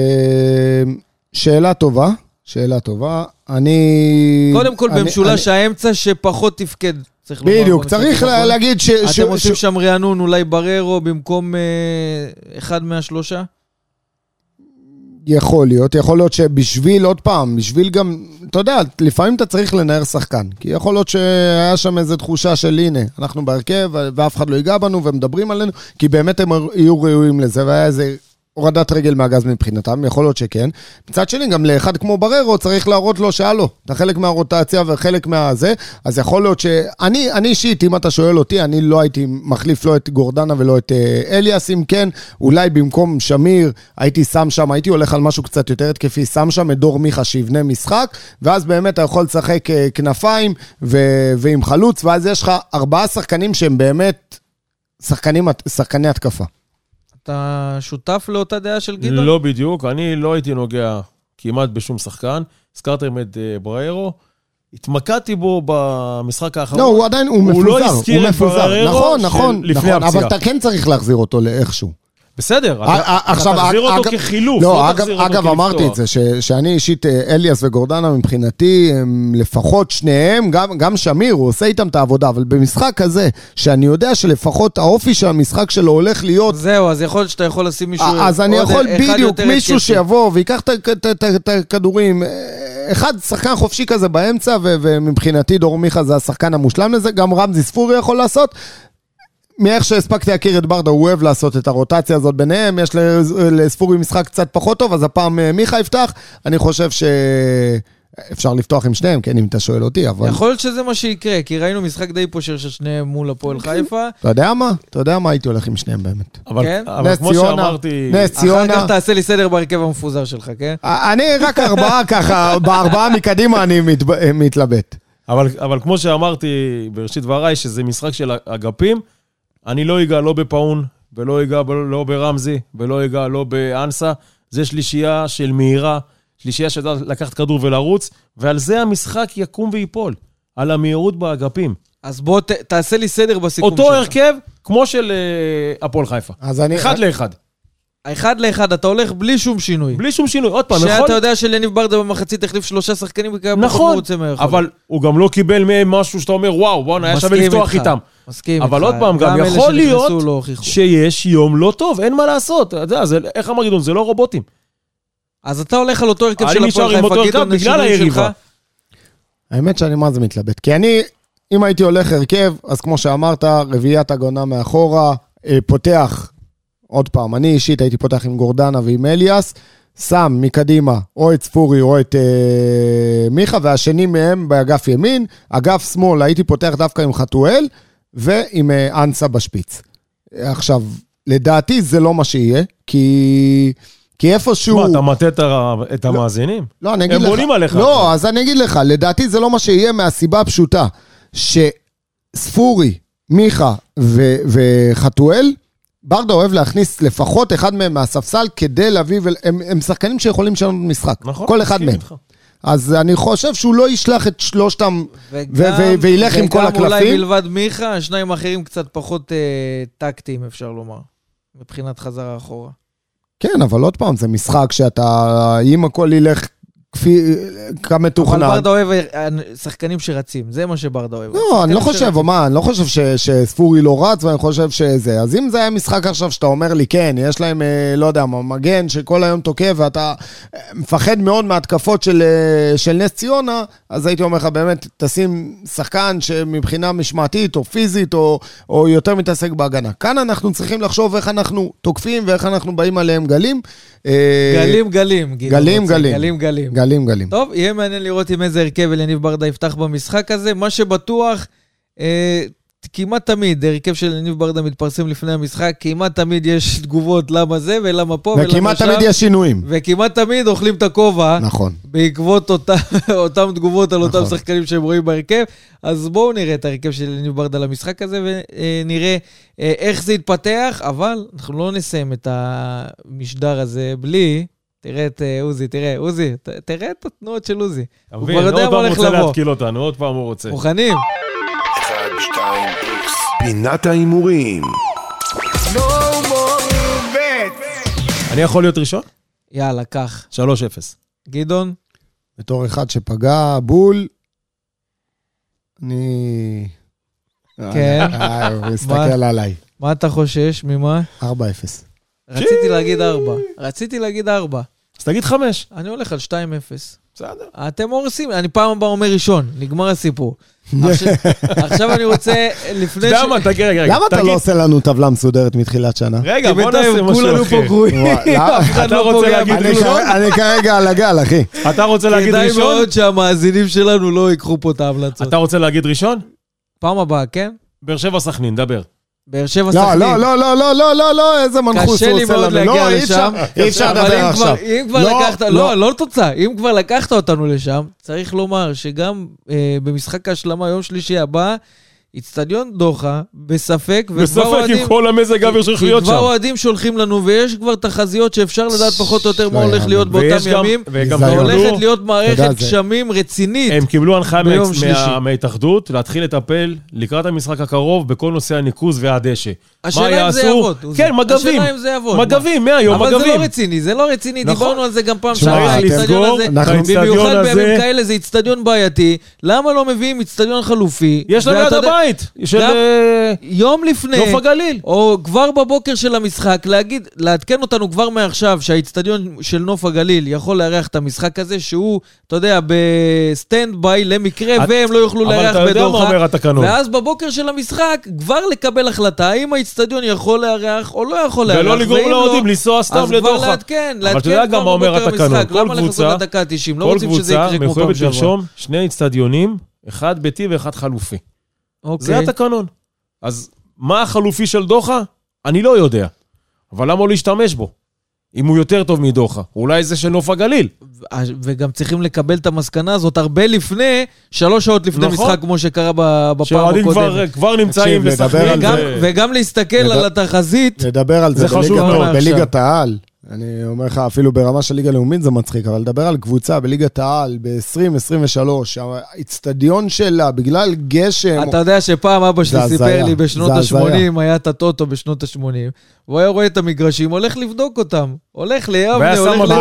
שאלה טובה. שאלה טובה. קודם כל במשולש האמצע שפחות תפקד. בדיוק, צריך להגיד אתם עושים שם רענון אולי בררו במקום אחד מהשלושה? יכול להיות שבשביל עוד פעם, בשביל גם, אתה יודע, לפעמים אתה צריך לנער שחקן, כי יכול להיות שהיה שם איזו תחושה של הנה, אנחנו בהרכב ואף אחד לא ייגע בנו ומדברים עלינו, כי באמת הם יהיו ראויים לזה, והיה איזה הורדת רגל מהגז מבחינתם, יכול להיות שכן. מצד שני, גם לאחד כמו בררו, צריך להראות לו שהיה לו. אתה חלק מהרוטציה וחלק מהזה, אז יכול להיות שאני אישית, אם אתה שואל אותי, אני לא הייתי מחליף לא את גורדנה ולא את אליאס, אם כן, אולי במקום שמיר, הייתי הולך על משהו קצת יותר התקפי, שם שם את דור מיכה שיבנה משחק, ואז באמת אתה יכול לשחק כנפיים ועם חלוץ, ואז יש לך 4 שחקנים שהם באמת שחקני התקפה. אתה שותף לאותה דעה של גדעון? לא בדיוק, אני לא הייתי נוגע כמעט בשום שחקן. הזכרתם את בריירו, התמקדתי בו במשחק האחרון. לא, הוא עדיין, הוא מפוזר. הוא לא הזכיר את בריירו לפני הפציעה. אבל אתה כן צריך להחזיר אותו לאיכשהו. בסדר, אתה תחזיר אותו כחילוף. לא, אגב אמרתי את זה, שאני אישית, אליאס וגורדנה מבחינתי, הם לפחות שניהם, גם שמיר, הוא עושה איתם את העבודה, אבל במשחק הזה, שאני יודע שלפחות האופי שהמשחק שלו הולך להיות... זהו, אז יכול להיות שאתה יכול לשים מישהו... אז אני יכול בדיוק, מישהו שיבוא ויקח את הכדורים, אחד שחקן חופשי כזה באמצע, ומבחינתי דור מיכה זה השחקן המושלם לזה, גם רמזי ספורי יכול לעשות, מאיך שהספקתי להכיר את ברדה, הוא אוהב לעשות את הרוטציה הזאת ביניהם, יש לספורי משחק קצת פחות טוב, אז הפעם מיכה יפתח, אני חושב שאפשר לפתוח עם שניהם, כן, אם אתה שואל אותי, אבל... יכול להיות שזה מה שיקרה, כי ראינו משחק די פושר של שניהם מול הפועל חיפה. אתה יודע מה הייתי הולך עם שניהם באמת. אבל כמו שאמרתי... אחר כך תעשה לי סדר בהרכב המפוזר שלך, כן? אני רק 4 ככה, ב4 מקדימה אני מתלבט. אבל כמו שאמרתי בראשית דבריי, שזה משחק של אגפים, אני לא אגע לא בפאון, ולא אגע לא ברמזי, ולא אגע לא באנסה. זה שלישייה של מהירה, שלישייה שיודעת לקחת כדור ולרוץ, ועל זה המשחק יקום ויפול, על המהירות באגפים. אז בוא תעשה לי סדר בסיכום שלך. אותו הרכב כמו של הפועל חיפה. 1-1. 1-1, אתה הולך בלי שום שינוי. בלי שום שינוי, עוד פעם. שאתה יודע שליניב ברדה במחצית החליף 3 שחקנים, נכון, אבל הוא גם לא קיבל מהם משהו שאתה אומר, וואו, היה שווה לפתוח איתם. מסכים אבל עוד פעם, גם יכול להיות שיש יום לא טוב, אין מה לעשות. אתה יודע, איך אמר גדעון, זה לא רובוטים. אז אתה הולך על אותו הרכב של הפועל חיפה, גדעון, בגלל היריבה. האמת שאני מה זה מתלבט, כי אני, אם הייתי הולך הרכב, אז כמו שאמרת, רביעיית הגונה מאחורה, פותח, עוד פעם, אני אישית הייתי פותח עם גורדנה ועם אליאס, שם מקדימה או את ספורי או את מיכה, והשני מהם באגף ימין, אגף שמאל הייתי פותח דווקא עם חתואל, ועם אנסה בשפיץ. עכשיו, לדעתי זה לא מה שיהיה, כי איפשהו... מה, אתה מטה את המאזינים? לא, אני אגיד לך. הם בונים עליך. לא, אז אני אגיד לך, לדעתי זה לא מה שיהיה מהסיבה הפשוטה, שספורי, מיכה וחתואל, ברדה אוהב להכניס לפחות אחד מהם מהספסל, כדי להביא, הם שחקנים שיכולים לשנות משחק. נכון. כל אחד מהם. אז אני חושב שהוא לא ישלח את שלושתם וילך עם כל הקלפים. וגם אולי מלבד מיכה, השניים האחרים קצת פחות טקטיים, אפשר לומר, מבחינת חזרה אחורה. כן, אבל עוד פעם, זה משחק שאתה, אם הכל ילך כמתוכנן. אבל ברדה אוהב שחקנים שרצים, זה מה שברדה אוהב. לא, אני לא חושב שספורי לא רץ, ואני חושב שזה. אז אם זה היה משחק עכשיו שאתה אומר לי, כן, יש להם, לא יודע, מגן שכל היום תוקף, ואתה מפחד מאוד מהתקפות של נס ציונה, אז הייתי אומר לך, באמת, תשים שחקן שמבחינה משמעתית או פיזית, או יותר מתעסק בהגנה. כאן אנחנו צריכים לחשוב איך אנחנו תוקפים, ואיך אנחנו באים עליהם גלים. גלים. טוב, יהיה מעניין לראות עם איזה הרכב אליניב ברדה יפתח במשחק הזה. מה שבטוח, כמעט תמיד, הרכב של אליניב ברדה מתפרסם לפני המשחק, כמעט תמיד יש תגובות למה זה ולמה פה ולמה שם. וכמעט תמיד יש שינויים. וכמעט תמיד אוכלים את הכובע. נכון. בעקבות אותם תגובות על אותם שחקנים שהם רואים בהרכב. אז בואו נראה את הרכב של אליניב ברדה למשחק הזה, ונראה איך זה יתפתח, אבל אנחנו לא נסיים את המשדר הזה בלי... תראה את עוזי, תראה את התנועות של עוזי. הוא כבר יודע מה הולך לבוא. עוד פעם רוצה להתקיל אותנו, עוד פעם הוא רוצה. מוכנים? 1, 2, איקס. פינת האימורים. אני יכול להיות ראשון? יאללה, קח. 3-0. גדעון? בתור אחד שפגע בול, אני... כן. הוא הסתכל עליי. מה אתה חושש? ממה? 4-0. רציתי להגיד 4. אז תגיד 5. אני הולך על 2-0. בסדר. אתם הורסים, אני פעם הבאה אומר ראשון, נגמר הסיפור. עכשיו אני רוצה, לפני ש... רגע. למה אתה לא עושה לנו טבלה מסודרת מתחילת שנה? רגע, בוא נעשה משהו אחר. אתה רוצה להגיד ראשון? אני כרגע על הגל, אחי. אתה רוצה להגיד ראשון? כדאי מאוד שהמאזינים שלנו לא יקחו פה את ההמלצות. אתה רוצה להגיד ראשון? פעם הבאה, כן? באר שבע סכנין, דבר. באר שבע סכנין. לא, איזה מנחוס הוא עושה לנו. קשה לי מאוד להגיע לשם. אי אפשר לדבר עכשיו. אם כבר לקחת, לא תוצאה, אם כבר לקחת אותנו לשם, צריך לומר שגם במשחק ההשלמה, יום שלישי הבא, אצטדיון דוחה, בספק, עם כל המזג האוויר שחיות שם. כבר אוהדים שולחים לנו, ויש כבר תחזיות שאפשר לדעת פחות או יותר מה הולך להיות באותם ימים, והולכת להיות מערכת גשמים רצינית. הם קיבלו הנחיה מההתאחדות, להתחיל לטפל לקראת המשחק הקרוב, בכל נושא הניקוז והדשא. השאלה אם זה יעבוד. כן, מגבים, מהיום מגבים. אבל זה לא רציני, דיברנו על זה גם פעם שעה. במיוחד בימים כאלה זה אצטדיון בעייתי, למה לא מביאים אצטדיון חלופי? יש לנו יד הבית של יום לפני, נוף הגליל. או כבר בבוקר של המשחק, לעדכן אותנו כבר מעכשיו שהאצטדיון של נוף הגליל יכול לארח את המשחק הזה, שהוא, אתה יודע, בסטנד ביי למקרה, והם לא יוכלו לארח בדוחה. אבל אתה יודע מה אומר התקנון. ואז בבוקר של המשחק, כבר לקבל החלטה, האם האצטדיון יכול לארח או לא יכול לארח. ולא לגרום לאוהדים לנסוע סתם לדוחה. אז כבר לעדכן אבל אתה יודע גם מה אומר התקנון. כל קבוצה מחויבת לרשום 2 אצטדיונים, אחד ביתי ואחד חלופי. זה התקנון. אז מה החלופי של דוחה? אני לא יודע. אבל למה לא להשתמש בו? אם הוא יותר טוב מדוחה. אולי זה של נוף הגליל. וגם צריכים לקבל את המסקנה הזאת הרבה לפני, 3 שעות לפני משחק, כמו שקרה בפעם הקודמת. כבר נמצאים בסכנין. וגם להסתכל על התחזית. נדבר על זה בליגת העל. אני אומר לך, אפילו ברמה של ליגה לאומית זה מצחיק, אבל לדבר על קבוצה בליגת העל ב-2023, האצטדיון שלה, בגלל גשם... אתה יודע שפעם אבא שלי סיפר לי בשנות ה-80, היה את הטוטו בשנות ה-80, והוא היה רואה את המגרשים, הולך לבדוק אותם, הולך ליבנה,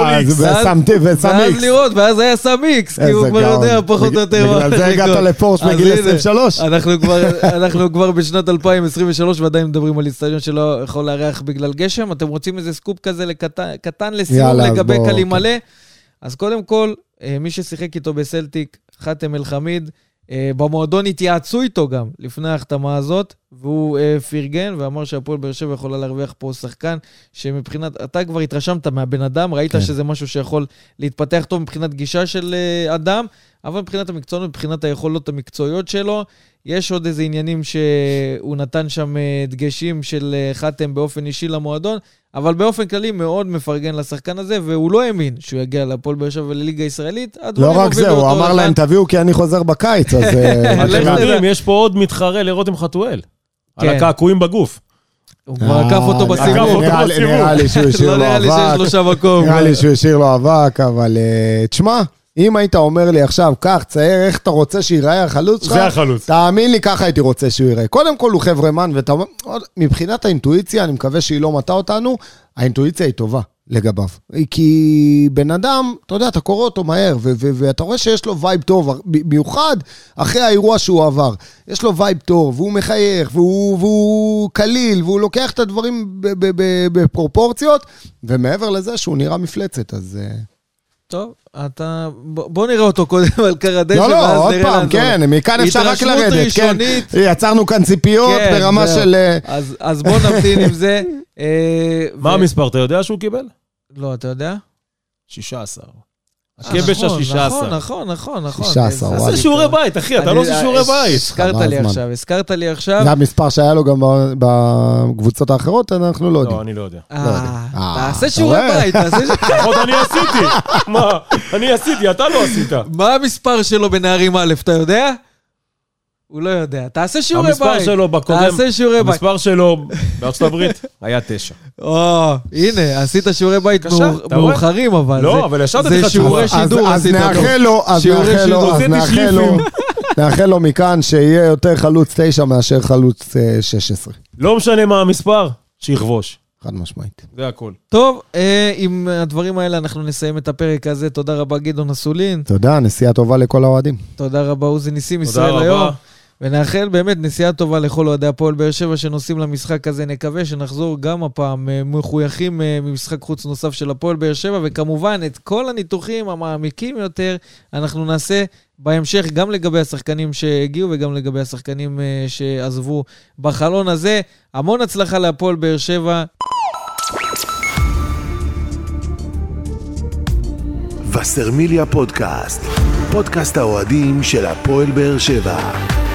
ואז לראות, ואז היה שם איקס, כי הוא כבר יודע פחות או יותר... בגלל זה הגעת לפורש בגיל 23. אנחנו כבר בשנת 2023, ועדיין מדברים על אצטדיון שלא יכול לארח בגלל גשם. אתם רוצים איזה סקופ כזה קטן לסיום לגבי קלים מלא? אז קודם כל, מי ששיחק איתו בסלטיק, חתם אל חמיד, במועדון התייעצו איתו גם לפני ההחתמה הזאת, והוא פרגן ואמר שהפועל באר שבע יכולה להרוויח פה שחקן, שמבחינת, אתה כבר התרשמת מהבן אדם, ראית שזה משהו שיכול להתפתח טוב מבחינת גישה של אדם, אבל מבחינת המקצוענות, מבחינת היכולות המקצועיות שלו, יש עוד איזה עניינים שהוא נתן שם דגשים של חתם באופן אישי למועדון, אבל באופן כללי מאוד מפרגן לשחקן הזה, והוא לא האמין שהוא יגיע לפועל באר שבע ולליגה הישראלית. לא רק זה, הוא אמר להם תביאו כי אני חוזר בקיץ, אז... יש פה עוד מתחרה לרותם חתואל, על הקעקועים בגוף. הוא כבר עקף אותו בסיבוב. נראה לי שהוא השאיר לו אבק. לא נראה לי שיש לו שם מקום. נראה לי שהוא השאיר לו אבק, אבל תשמע, אם היית אומר לי עכשיו, כך, צייר, איך אתה רוצה שיראה החלוץ שלך? זה החלוץ. תאמין לי, ככה הייתי רוצה שהוא יראה. קודם כל הוא חברמן, מבחינת האינטואיציה, אני מקווה שהיא לא מטה אותנו, האינטואיציה היא טובה. לגביו. כי בן אדם, אתה יודע, אתה קורא אותו מהר, ואתה רואה שיש לו וייב טוב, מיוחד אחרי האירוע שהוא עבר. יש לו וייב טוב, והוא מחייך, והוא קליל, והוא לוקח את הדברים בפרופורציות, ומעבר לזה שהוא נראה מפלצת, אז... טוב, בוא נראה אותו קודם על קר הדשא, לא, עוד פעם, כן, מכאן אפשר רק לרדת, כן. יצרנו כאן ציפיות ברמה של... אז בוא נמתין עם זה. מה המספר? אתה יודע שהוא קיבל? לא, אתה יודע? 16. הקבש ה-16. נכון. 16, וואי. עושה שיעורי בית, אחי, אתה לא עושה שיעורי בית. הזכרת לי עכשיו. זה המספר שהיה לו גם בקבוצות האחרות, אנחנו לא יודעים. לא, אני לא יודע. תעשה שיעורי בית. לפחות אני עשיתי. מה? אני עשיתי, אתה לא עשית. מה המספר שלו בנערים א', אתה יודע? הוא לא יודע. תעשה שיעורי בית. המספר שלו בקודם, תעשה שיעורי בית. המספר שלו בארצות הברית היה 9. הנה, עשית שיעורי בית מאוחרים, אבל לא, אבל ישרתי לך זה שיעורי שידור. אז נאחל לו מכאן שיהיה יותר חלוץ 9 מאשר חלוץ 16. לא משנה מה המספר, שיכבוש. חד משמעית. זה הכל. טוב, עם הדברים האלה אנחנו נסיים את הפרק הזה. תודה רבה גדעון אסולין. תודה, נסיעה טובה לכל האוהדים. תודה רבה עוזי ניסים, ישראל היום. ונאחל באמת נסיעה טובה לכל אוהדי הפועל באר שבע שנוסעים למשחק הזה. נקווה שנחזור גם הפעם מחויכים ממשחק חוץ נוסף של הפועל באר שבע, וכמובן את כל הניתוחים המעמיקים יותר אנחנו נעשה בהמשך גם לגבי השחקנים שהגיעו וגם לגבי השחקנים שעזבו בחלון הזה. המון הצלחה להפועל באר שבע. וסרמיליה פודקאסט, פודקאסט האוהדים של הפועל באר שבע.